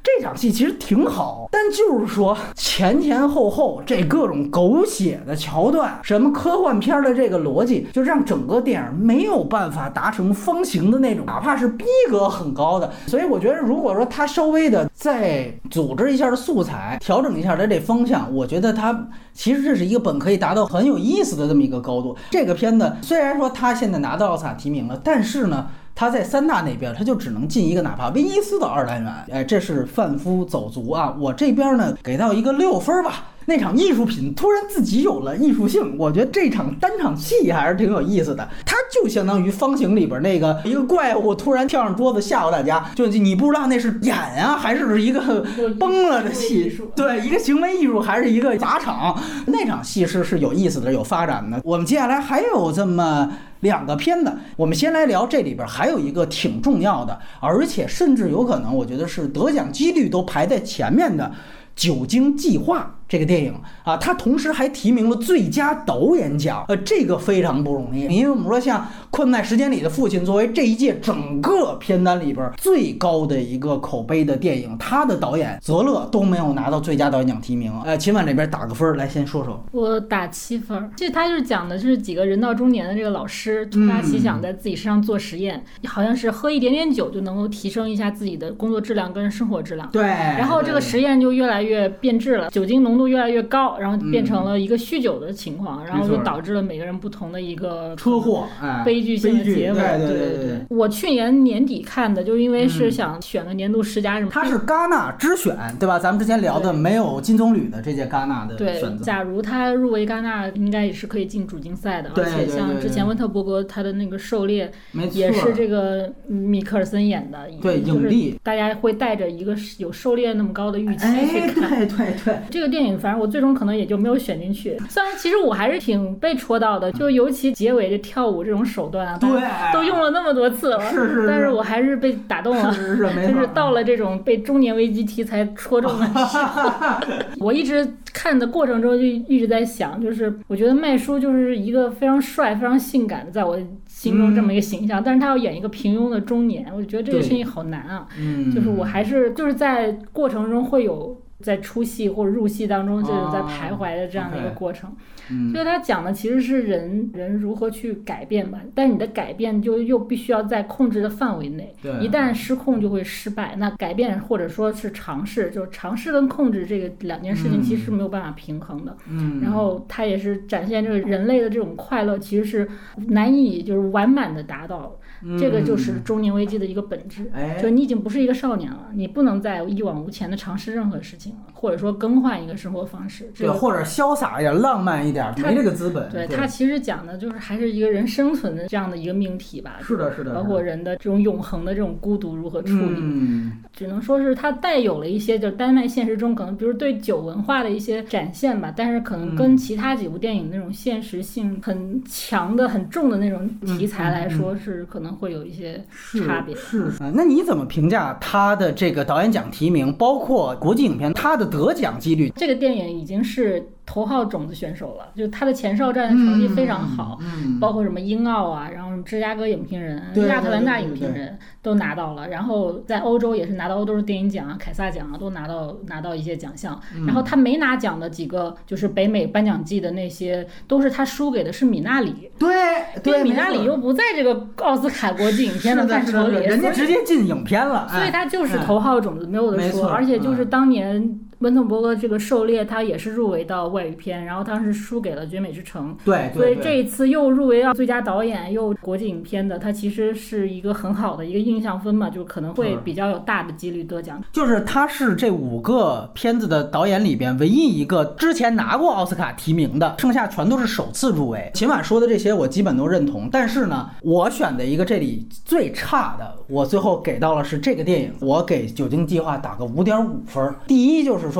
这场戏其实挺好，但就是说前前后后这各种狗血的桥段，什么科幻片的这个逻辑，就让整个电影没有办法达成方形的那种，哪怕是逼格很高的。所以我觉得如果说他稍微的再组织一下的素材，调整一下他这方向，我觉得他其实这是一个本可以达到很有意思的这么一个高度。这个片子虽然说他现在拿到奥斯卡提名了，但是呢他在3大那边他就只能进一个哪怕威尼斯的2单元，这是贩夫走卒啊。我这边呢给到一个6分吧。那场艺术品突然自己有了艺术性，我觉得这场单场戏还是挺有意思的。它就相当于方形里边那个一个怪物突然跳上桌子吓唬大家，就你不知道那是演啊还是一个崩了的戏，对，一个行为艺术还是一个砸场。那场戏是有意思的，有发展的。我们接下来还有这么2个片子，我们先来聊这里边还有一个挺重要的，而且甚至有可能我觉得是得奖几率都排在前面的酒精计划这个电影啊，它同时还提名了最佳导演奖，这个非常不容易。因为我们说像《困在时间里的父亲》作为这一届整个片单里边最高的一个口碑的电影，他的导演泽勒都没有拿到最佳导演奖提名。秦晚这边打个分，来先说说。 我打7分。其实他就是讲的是几个人到中年的这个老师突发奇想在自己身上做实验，好像是喝一点点酒就能够提升一下自己的工作质量跟生活质量。 对。 然后这个实验就越来越变质了，酒精浓度越来越高，然后变成了一个酗酒的情况，然后就导致了每个人不同的一个车祸、 悲剧性的结尾。 对。 我去年年底看的，就因为是想选个年度10佳什么。 它是戛纳之选，对吧？咱们之前聊的没有金棕榈的这届戛纳的选择。 假如他入围戛纳，应该也是可以进主竞赛的。而且像之前温特伯格他的那个狩猎，也是这个米克尔森演的， 对，影帝。 大家会带着一个有狩猎那么高的预期去看。 对。 这个电影反正我最终可能也就没有选进去，虽然其实我还是挺被戳到的，就尤其结尾这跳舞这种手段啊，都用了那么多次了， 是， 但是我还是被打动了，就是到了这种被中年危机题材戳中的时候。我一直看的过程中就一直在想，就是我觉得麦叔就是一个非常帅非常性感的在我心中这么一个形象，但是他要演一个平庸的中年，我觉得这个事情好难啊。就是我还是就是在过程中会有在出戏或者入戏当中就是在徘徊的这样的一个过程。所以他讲的其实是人如何去改变吧，但你的改变就又必须要在控制的范围内，一旦失控就会失败。那改变或者说是尝试，就尝试跟控制这个2件事情其实是没有办法平衡的。然后他也是展现这个人类的这种快乐其实是难以就是完满的达到。这个就是中年危机的一个本质，就你已经不是一个少年了，你不能再一往无前的尝试任何事情了，或者说更换一个生活方式， 对，或者潇洒一点、浪漫一点，没这个资本。 对，它其实讲的就是还是一个人生存的这样的一个命题吧。 是的， 包括人的这种永恒的这种孤独如何处理。只能说是它带有了一些就是丹麦现实中可能比如对酒文化的一些展现吧，但是可能跟其他几部电影那种现实性很强的很重的那种题材来说是可能会有一些差别。 是。那你怎么评价他的这个导演奖提名，包括国际影片他的得奖几率？ 这个电影已经是头号种子选手了，就他的前哨战的成绩非常好，包括什么英奥啊，然后芝加哥影评人、亚特兰大影评人都拿到了，然后在欧洲也是拿到欧洲电影奖啊、凯撒奖啊，都拿到一些奖项。然后他没拿奖的几个，就是北美颁奖季的那些，都是他输给的是米纳里。 对， 米纳里又不在这个奥斯卡国际影片的范畴里， 人家直接进影片了， 所以他就是头号种子，没有得说。而且就是当年温特伯格这个狩猎，他也是入围到外语片，然后当时输给了绝美之城。 对， 所以这一次又入围到最佳导演又国际影片的，他其实是一个很好的一个印象分嘛，就可能会比较有大的几率得奖。 就是他是这5个片子的导演里边唯一一个之前拿过奥斯卡提名的，剩下全都是首次入围。秦晚说的这些我基本都认同，但是呢，我选的一个这里最差的，我最后给到了是这个电影，我给酒精计划打个5.5分。第一就是说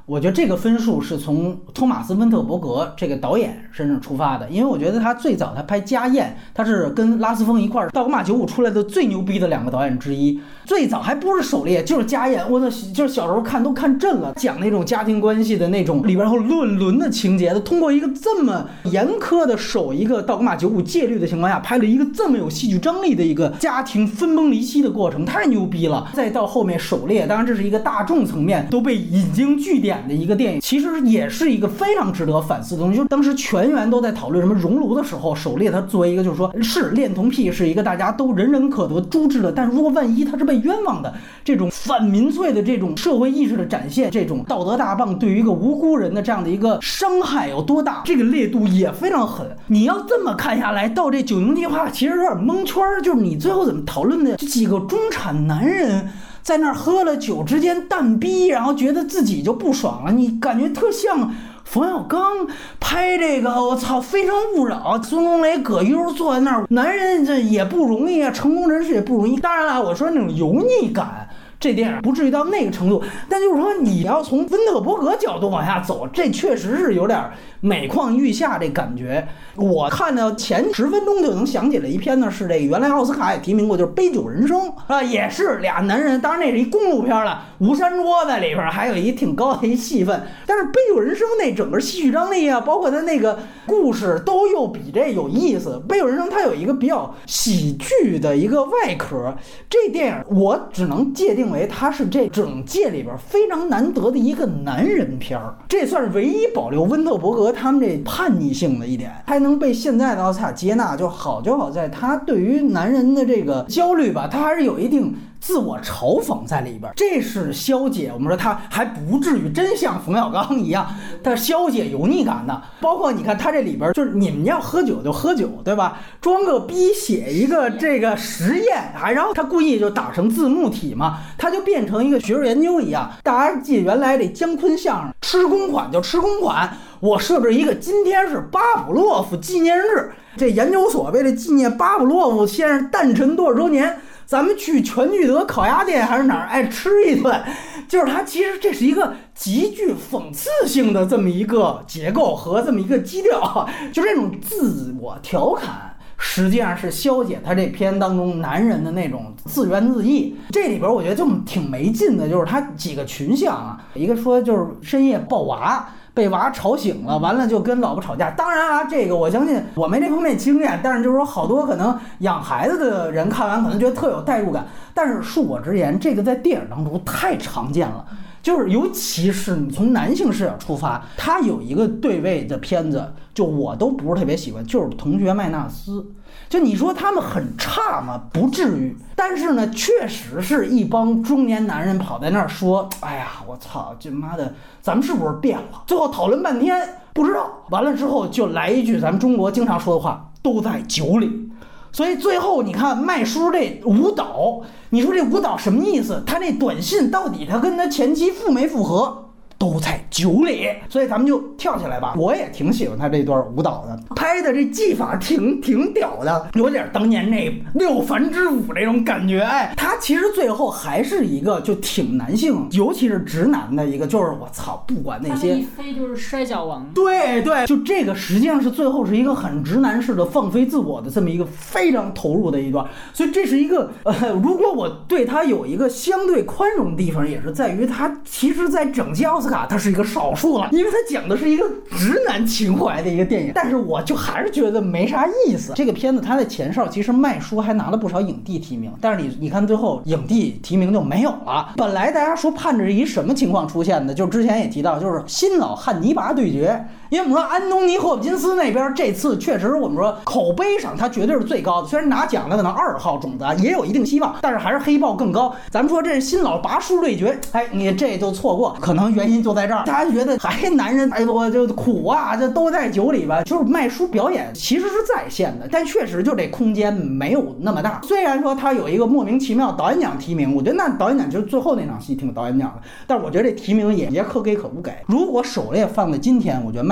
我觉得这个分数是从托马斯·温特伯格这个导演身上出发的，因为我觉得他最早他拍《家宴》，他是跟拉斯风一块儿，道格玛95出来的最牛逼的2个导演之一。最早还不是狩猎，就是《家宴》，我操，就是小时候看都看震了，讲那种家庭关系的那种，里边还有乱伦的情节的，通过一个这么严苛的守一个道格玛95戒律的情况下，拍了一个这么有戏剧张力的一个家庭分崩离析的过程，太牛逼了。再到后面狩猎，当然这是一个大众层面都被引经据典的一个电影，其实也是一个非常值得反思的东西。就是当时全员都在讨论什么熔炉的时候，狩猎它作为一个就是说是恋童癖是一个大家都人人可得诛之的，但如果万一他是被冤枉的，这种反民粹的这种社会意识的展现，这种道德大棒对于一个无辜人的这样的一个伤害有多大，这个烈度也非常狠。你要这么看下来，到这九营计划其实有点蒙圈，就是你最后怎么讨论的这几个中产男人在那儿喝了酒之间蛋逼，然后觉得自己就不爽了，你感觉特像冯小刚拍这个我操《非诚勿扰》，孙红雷葛优坐在那儿，男人这也不容易啊，成功人士也不容易。当然了，我说那种油腻感，这电影不至于到那个程度，但就是说你要从温特伯格角度往下走，这确实是有点每况愈下这感觉。我看到前10分钟就能想起来一篇呢，是这个原来奥斯卡也提名过，就是《杯酒人生》啊，也是俩男人，当然那是一公路片了，吴山桌在里边还有一挺高的一戏份，但是《杯酒人生》那整个戏剧张力啊，包括他那个故事都又比这有意思。《杯酒人生》它有一个比较喜剧的一个外壳，这电影我只能界定为它是这整届里边非常难得的一个男人片儿，这算是唯一保留温特伯格他们这叛逆性的一点，还能被现在的奥斯卡接纳，就好在他对于男人的这个焦虑吧，他还是有一定自我嘲讽在里边，这是消解。我们说他还不至于真像冯小刚一样，他消解油腻感的。包括你看他这里边，就是你们要喝酒就喝酒，对吧？装个逼写一个这个实验，然后他故意就打成字幕体嘛，他就变成一个学术研究一样。大家记得原来这姜昆相声吃公款就吃公款，我设置一个今天是巴甫洛夫纪念日，这研究所为了纪念巴甫洛夫先生诞辰多少周年，咱们去全聚德烤鸭店还是哪儿吃一顿，就是它其实这是一个极具讽刺性的这么一个结构和这么一个基调，就这种自我调侃实际上是消解他这片当中男人的那种自怨自艾。这里边我觉得就挺没劲的，就是他几个群像啊，一个说就是深夜抱娃，被娃吵醒了，完了就跟老婆吵架。当然啊，这个我相信我没这方面经验，但是就是说好多可能养孩子的人看完可能觉得特有代入感。但是恕我直言，这个在电影当中太常见了，就是尤其是你从男性视角出发，他有一个对位的片子，就我都不是特别喜欢，就是《同学麦纳斯》。就你说他们很差吗？不至于，但是呢，确实是一帮中年男人跑在那儿说：“哎呀，我操，这妈的，咱们是不是变了？”最后讨论半天不知道，完了之后就来一句咱们中国经常说的话：“都在酒里。”所以最后你看麦叔这舞蹈，你说这舞蹈什么意思？他那短信到底他跟他前妻复没复合？都在酒里。所以咱们就跳起来吧，我也挺喜欢他这段舞蹈的，拍的这技法挺屌的，有点当年那六凡之舞那种感觉。哎，他其实最后还是一个就挺男性，尤其是直男的一个，就是我操，不管那些一飞就是摔跤王。 对，就这个实际上是最后是一个很直男式的放飞自我的这么一个非常投入的一段。所以这是一个如果我对他有一个相对宽容的地方，也是在于他其实在整届奥斯卡他是一个少数了，因为他讲的是一个直男情怀的一个电影，但是我就还是觉得没啥意思。这个片子他的前哨其实麦叔还拿了不少影帝提名，但是你看最后影帝提名就没有了。本来大家说盼着一什么情况出现的，就之前也提到，就是新老汉尼拔对决。因为我们说安东尼·霍普金斯那边这次确实我们说口碑上他绝对是最高的，虽然拿奖的可能2号种子也有一定希望，但是还是黑豹更高。咱们说这是新老拔叔对决，哎，你这就错过，可能原因就在这儿。大家觉得还男人，哎，我就苦啊，这都在酒里吧。就是麦叔表演其实是在线的，但确实就这空间没有那么大。虽然说他有一个莫名其妙导演奖提名，我觉得那导演奖就是最后那场戏挺有导演奖的，但是我觉得这提名也可给可不给。如果狩猎放在今天，我觉得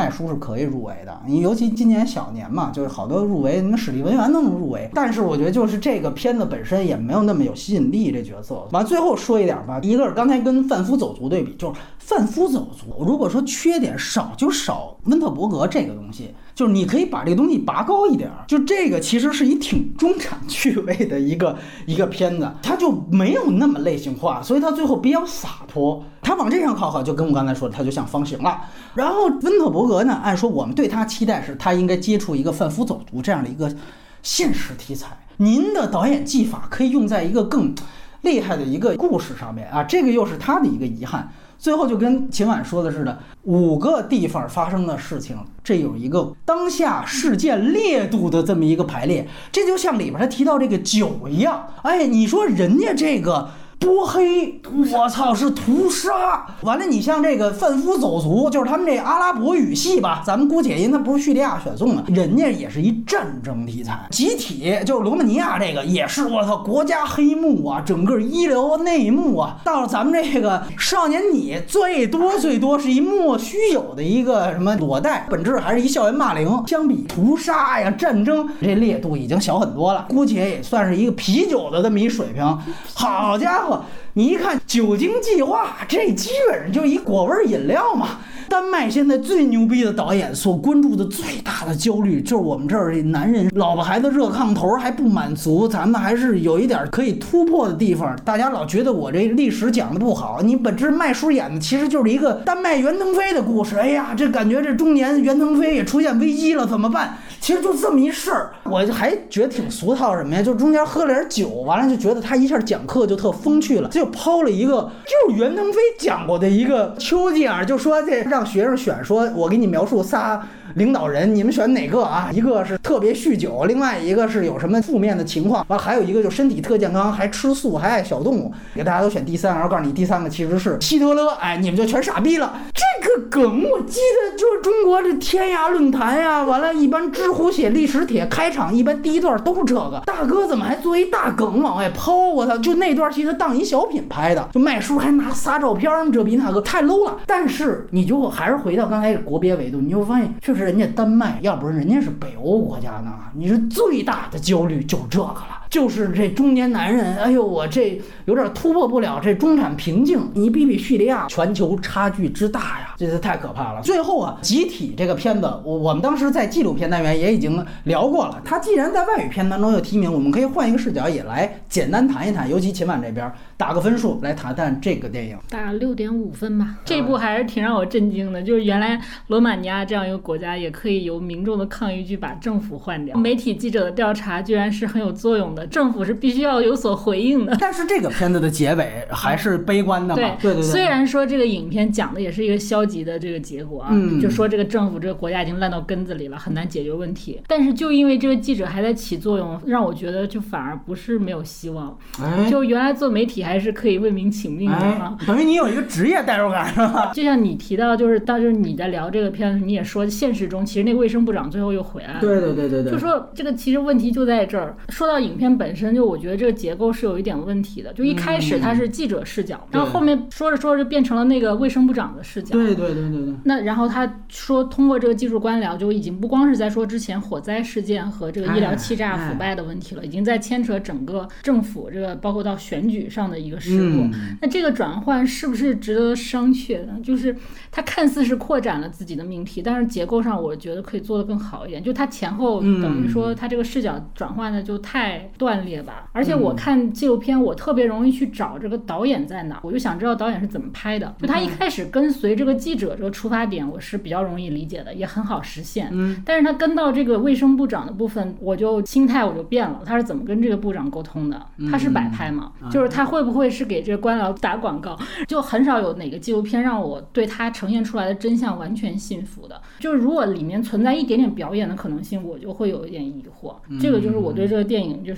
麦书是可以入围的。你尤其今年小年嘛，就是好多入围，什么史蒂文·元都能入围。但是我觉得就是这个片子本身也没有那么有吸引力，这角色。完最后说一点吧，一个是刚才跟贩夫走卒对比，就是贩夫走卒，如果说缺点少就少温特伯格这个东西，就是你可以把这个东西拔高一点，就这个其实是一挺中产趣味的一个片子，它就没有那么类型化，所以它最后比较洒脱。他往这上靠就跟我刚才说的，他就像方形了。然后温特伯格呢，按说我们对他期待是他应该接触一个贩夫走卒这样的一个现实题材，您的导演技法可以用在一个更厉害的一个故事上面啊，这个又是他的一个遗憾。最后就跟秦晚说的似的，5个地方发生的事情，这有一个当下事件烈度的这么一个排列，这就像里边他提到这个酒一样，哎，你说人家这个波黑，我操，是屠杀。完了，你像这个贩夫走卒，就是他们这阿拉伯语系吧，咱们姑且因他不是叙利亚选送的，人家也是一战争题材。集体就是罗马尼亚这个也是，我操，国家黑幕啊，整个医疗内幕啊。到了咱们这个少年你，最多是一莫须有的一个什么裸贷，本质还是一校园霸凌。相比屠杀呀、战争，这烈度已经小很多了，姑且也算是一个啤酒的这么一水平。好家伙！你一看酒精计划，这基本上就一果味饮料嘛。丹麦现在最牛逼的导演所关注的最大的焦虑，就是我们这儿这男人老婆孩子热炕头还不满足，咱们还是有一点可以突破的地方。大家老觉得我这历史讲的不好，你本质麦叔演的其实就是一个丹麦袁腾飞的故事。哎呀，这感觉这中年袁腾飞也出现危机了，怎么办？其实就这么一事儿，我还觉得挺俗套什么呀？就中间喝了点酒，完了就觉得他一下讲课就特风趣了，就抛了一个就是袁腾飞讲过的一个丘吉尔，就说这让学生选，说我给你描述仨领导人，你们选哪个啊？一个是特别酗酒，另外一个是有什么负面的情况，完还有一个就身体特健康，还吃素，还爱小动物。给大家都选第3，然后告诉你第3个其实是希特勒，哎，你们就全傻逼了。这个梗我记得就是中国这天涯论坛呀，完了一般知乎写历史帖开场一般第一段都是这个，大哥怎么还做一大梗往外抛？我操，就那段其实当一小品拍的，就麦叔还拿仨照片，这比那个太 low 了。但是你就还是回到刚才国别维度，你就发现确实人家丹麦，要不然人家是北欧国家呢，你是最大的焦虑就这个了。就是这中年男人，哎呦，我这有点突破不了这中产瓶颈。你比比叙利亚，全球差距之大呀，这是太可怕了。最后啊，集体这个片子，我们当时在纪录片单元也已经聊过了。它既然在外语片当中有提名，我们可以换一个视角也来简单谈一谈，尤其秦晚这边打个分数来谈谈这个电影。 打6.5分吧。这部还是挺让我震惊的，就是原来罗马尼亚这样一个国家也可以由民众的抗议去把政府换掉，媒体记者的调查居然是很有作用的。政府是必须要有所回应的。 但是这个片子的结尾还是悲观的嘛？对， 虽然说这个影片讲的也是一个消极的这个结果啊，就说这个政府这个国家已经烂到根子里了，很难解决问题。但是就因为这个记者还在起作用，让我觉得就反而不是没有希望。就原来做媒体还是可以为民请命的啊， 等于你有一个职业代入感是吧？ 就像你提到，就是当时你在聊这个片子，你也说现实中其实那个卫生部长最后又回来了。 对， 就说这个其实问题就在这儿。说到影片本身，就我觉得这个结构是有一点问题的。就一开始它是记者视角，然后后面说着说着变成了那个卫生部长的视角。 对。 那然后他说通过这个技术官僚，就已经不光是在说之前火灾事件和这个医疗欺诈腐败的问题了，已经在牵扯整个政府这个包括到选举上的一个失误。那这个转换是不是值得商榷呢？就是它看似是扩展了自己的命题，但是结构上我觉得可以做得更好一点。就它前后等于说它这个视角转换的就太断裂吧。而且我看纪录片，我特别容易去找这个导演在哪，我就想知道导演是怎么拍的。就他一开始跟随这个记者这个出发点，我是比较容易理解的，也很好实现。但是他跟到这个卫生部长的部分，心态我就变了。他是怎么跟这个部长沟通的？他是摆拍吗？就是他会不会是给这个官僚打广告？就很少有哪个纪录片让我对他呈现出来的真相完全信服的。就是如果里面存在一点点表演的可能性，我就会有一点疑惑。这个就是我对这个电影就是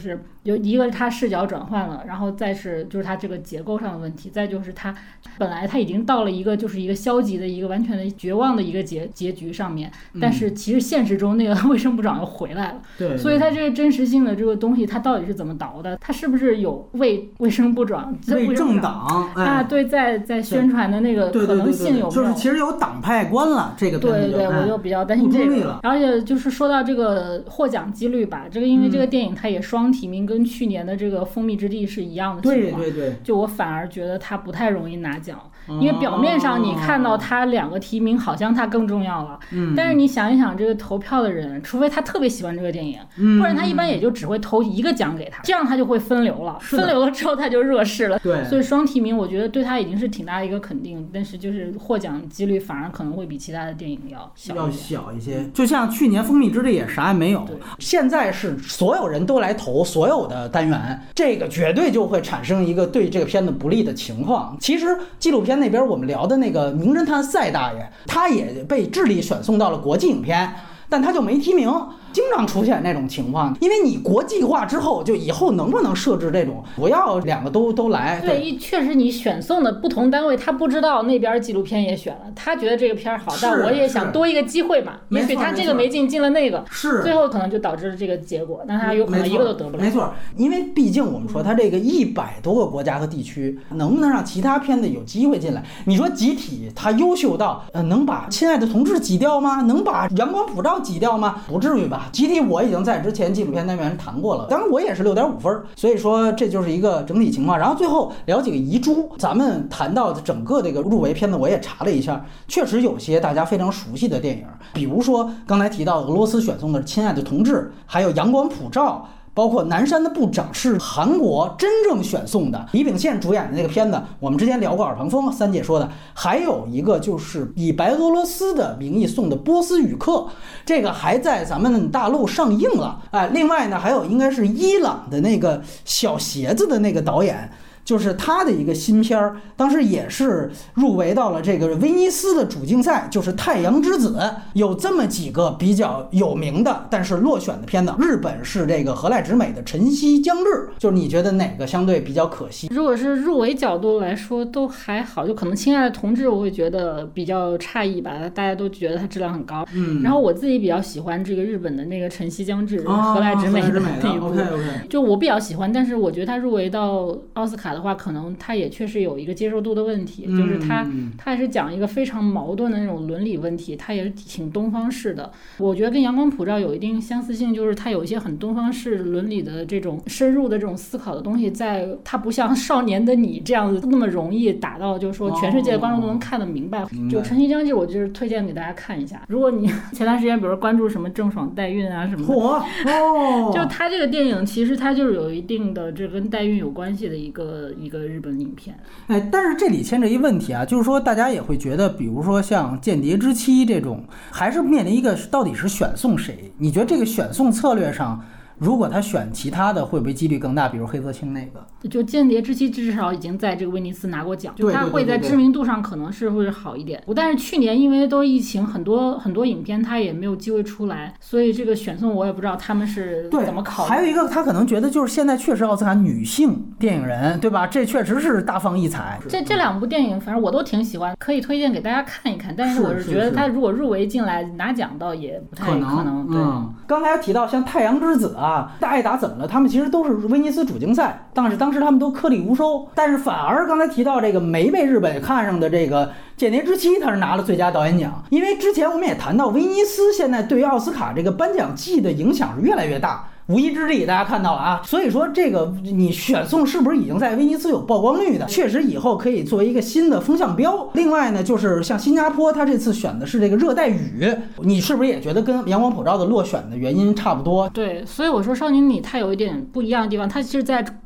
就是有一个它视角转换了，然后再是就是它这个结构上的问题，再就是它本来它已经到了一个就是一个消极的一个完全的绝望的一个结局上面，但是其实现实中那个卫生部长又回来了， 对， 所以它这个真实性的这个东西它到底是怎么倒的？它是不是有卫生部长为政党啊？对，在宣传的那个可能性有没有？ 就是其实有党派观了，这个对，我就比较担心这个。而且就是说到这个获奖几率吧，这个因为这个电影它也双提名，跟去年的这个蜂蜜之地是一样的情况。 对， 就我反而觉得它不太容易拿奖。因为表面上你看到他2个提名好像他更重要了，但是你想一想这个投票的人，除非他特别喜欢这个电影，不然他一般也就只会投一个奖给他，这样他就会分流了，分流了之后他就热视了。 对， 所以双提名我觉得对他已经是挺大的一个肯定，但是就是获奖几率反而可能会比其他的电影要小一些。就像去年蜂蜜之地也啥也没有，现在是所有人都来投所有的单元，这个绝对就会产生一个对这个片子不利的情况。其实纪录片那边我们聊的那个名侦探赛大爷，他也被智利选送到了国际影片，但他就没提名。经常出现那种情况，因为你国际化之后，就以后能不能设置这种不要2个都来？ 对，确实你选送的不同单位，他不知道那边纪录片也选了，他觉得这个片好，但我也想多一个机会嘛。也许他这个没进了那个， 是最后可能就导致这个结果，那他有可能一个都得不了。 没错，因为毕竟我们说他这个100多个国家和地区，能不能让其他片子有机会进来？你说集体他优秀到能把亲爱的同志挤掉吗？能把阳光普照挤掉吗？不至于吧。集体我已经在之前纪录片单元谈过了，当然我也是6.5分，所以说这就是一个整体情况。然后最后聊几个遗珠，咱们谈到整个这个入围片子，我也查了一下，确实有些大家非常熟悉的电影，比如说刚才提到俄罗斯选送的《亲爱的同志》，还有《阳光普照》。包括南山的部长是韩国真正选送的，李秉宪主演的那个片子，我们之前聊过耳旁风，三姐说的。还有一个就是以白俄罗斯的名义送的《波斯语课》，这个还在咱们大陆上映了。另外呢，还有应该是伊朗的那个小鞋子的那个导演。就是他的一个新片儿，当时也是入围到了这个威尼斯的主竞赛，就是《太阳之子》。有这么几个比较有名的，但是落选的片子。日本是这个河濑直美的《晨曦将至》，就是你觉得哪个相对比较可惜？ 如果是入围角度来说，都还好，就可能《亲爱的同志》我会觉得比较诧异吧，大家都觉得它质量很高。然后我自己比较喜欢这个日本的那个《晨曦将至》，河濑直美的那一部，就我比较喜欢，但是我觉得它入围到奥斯卡的话，可能他也确实有一个接受度的问题，就是他也是讲一个非常矛盾的那种伦理问题，他也是挺东方式的。我觉得跟阳光普照有一定相似性，就是他有一些很东方式伦理的这种深入的这种思考的东西，在他不像少年的你这样子那么容易打到，就是说全世界的观众都能看得明白。就晨曦将至，我就是推荐给大家看一下。如果你前段时间比如关注什么郑爽代孕啊什么的，就他这个电影其实他就是有一定的这跟代孕有关系的一个日本影片。 但是这里牵扯一问题啊，就是说大家也会觉得，比如说像《间谍之妻》这种，还是面临一个到底是选送谁？你觉得这个选送策略上，如果他选其他的，会不会几率更大？比如黑泽清那个， 就《间谍之妻》至少已经在这个威尼斯拿过奖，就他会在知名度上可能是会好一点。但是去年因为都疫情，很多影片他也没有机会出来，所以这个选送我也不知道他们是怎么考虑。 还有一个他可能觉得就是现在确实奥斯卡女性电影人，对吧？这确实是大放异彩。 这2部电影反正我都挺喜欢，可以推荐给大家看一看。但是我是觉得他如果入围进来拿奖倒也不太可能。对， 刚才提到像《太阳之子》大爱达怎么了？他们其实都是威尼斯主竞赛，但是当时他们都颗粒无收。但是反而刚才提到这个没被日本看上的这个《间谍之妻》，他是拿了最佳导演奖。因为之前我们也谈到，威尼斯现在对于奥斯卡这个颁奖季的影响是越来越大。无一之力，大家看到了啊，所以说这个你选送是不是已经在威尼斯有曝光率的？确实以后可以作为一个新的风向标。另外呢，就是像新加坡，它这次选的是这个热带雨，你是不是也觉得跟阳光普照的落选的原因差不多？ 对，所以我说少年你它有一点不一样的地方，它其实在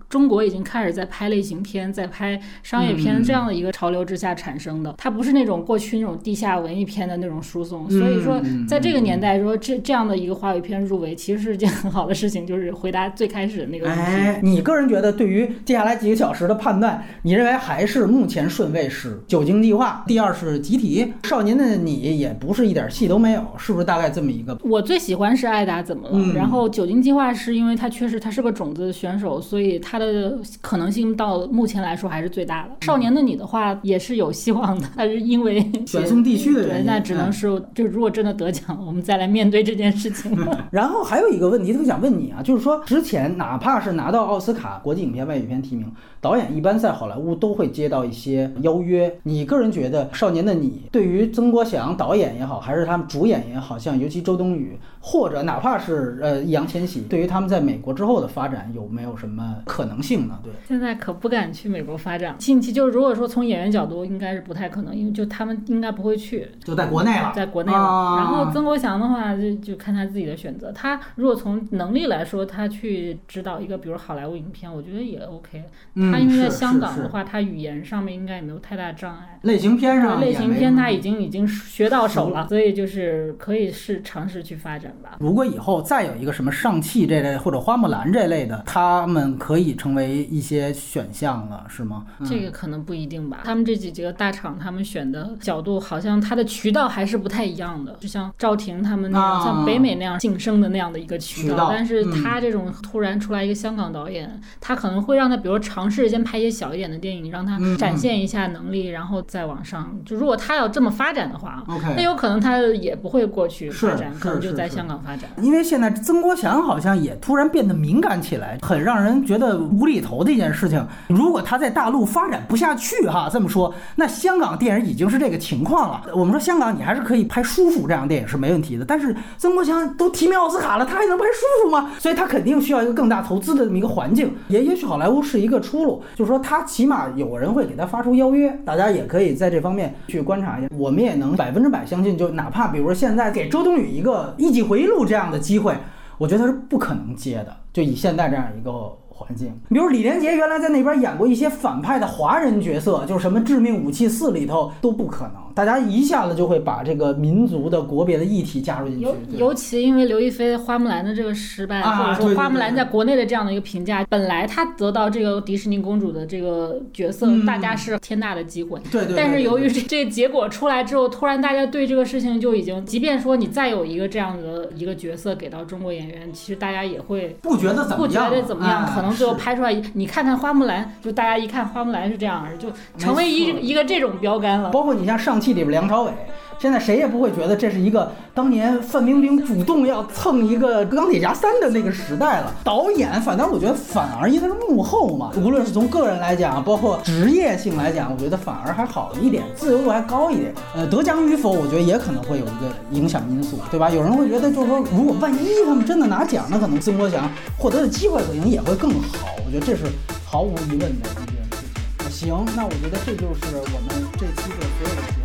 中国已经开始在拍类型片，在拍商业片这样的一个潮流之下产生的，它不是那种过去那种地下文艺片的那种输送。所以说在这个年代说这样的一个华语片入围，其实是一件很好的事情，就是回答最开始的那个问题。 你个人觉得对于接下来几个小时的判断，你认为还是目前顺位是《酒精计划》，第二是《集体》，少年的你也不是一点戏都没有，是不是大概这么一个？ 我最喜欢是艾达怎么了，然后《酒精计划》是因为他确实他是个种子选手，所以他的可能性到目前来说还是最大的。少年的你的话也是有希望的，但是因为选送地区的原因， 对，那只能是就如果真的得奖，我们再来面对这件事情了。 然后还有一个问题特别想问你啊，就是说之前哪怕是拿到奥斯卡国际影片外语片提名，导演一般在好莱坞都会接到一些邀约。你个人觉得《少年的你》对于曾国祥导演也好，还是他们主演也好，像尤其周冬雨，或者哪怕是易烊千玺，对于他们在美国之后的发展有没有什么可能性呢？对， 现在可不敢去美国发展。近期就是如果说从演员角度，应该是不太可能，因为就他们应该不会去， 就在国内了， 在国内了。然后曾国祥的话就看他自己的选择。他如果从能力来说，他去指导一个比如好莱坞影片，我觉得也 OK。他因为在香港的话，他语言上面应该也没有太大障碍。 类型片上， 类型片他已经学到手了，所以就是可以尝试去发展吧。 如果以后再有一个什么上汽这类或者花木兰这类的，他们可以成为一些选项了，是吗？ 这个可能不一定吧。他们这几个大厂，他们选的角度好像他的渠道还是不太一样的，就像赵婷他们那样，像北美那样晋升的那样的一个渠道。但是他这种突然出来一个香港导演，他可能会让他比如尝试先拍一些小一点的电影，让他展现一下能力，然后再往上。就如果他要这么发展的话，那有可能他也不会过去发展，可能就在香港发展。 因为现在曾国祥好像也突然变得敏感起来，很让人觉得无厘头的一件事情。如果他在大陆发展不下去这么说，那香港电影已经是这个情况了。我们说香港你还是可以拍舒服这样的电影是没问题的，但是曾国祥都提名奥斯卡了，他还能拍舒服吗？所以他肯定需要一个更大投资的这么一个环境。也许好莱坞是一个出路，就是说他起码有人会给他发出邀约，大家也可以在这方面去观察一下。我们也能100%相信，就哪怕比如说现在给周冬雨一个一己回忆录这样的机会，我觉得他是不可能接的，就以现在这样一个环境。比如李连杰原来在那边演过一些反派的华人角色，就是什么《致命武器4》里头都不可能，大家一下子就会把这个民族的国别的议题加入进去。 尤其因为刘亦菲花木兰的这个失败，或者说花木兰在国内的这样的一个评价，本来她得到这个迪士尼公主的这个角色，大家是天大的机会。 对。 但是由于这结果出来之后，突然大家对这个事情就已经，即便说你再有一个这样的一个角色给到中国演员，其实大家也会不觉得怎么样， 可能最后拍出来，你看花木兰，就大家一看花木兰是这样，就成为一个这种标杆了。 包括你像上汽里边梁朝伟，现在谁也不会觉得这是一个当年范冰冰主动要蹭一个钢铁侠3的那个时代了。导演反正我觉得反而因为他是幕后嘛，无论是从个人来讲，包括职业性来讲，我觉得反而还好一点，自由度还高一点。得奖与否，我觉得也可能会有一个影响因素，对吧？有人会觉得就是说，如果万一他们真的拿奖，那可能曾国祥获得的机会可能也会更好。我觉得这是毫无疑问的一件事情。行，那我觉得这就是我们这期的所有的。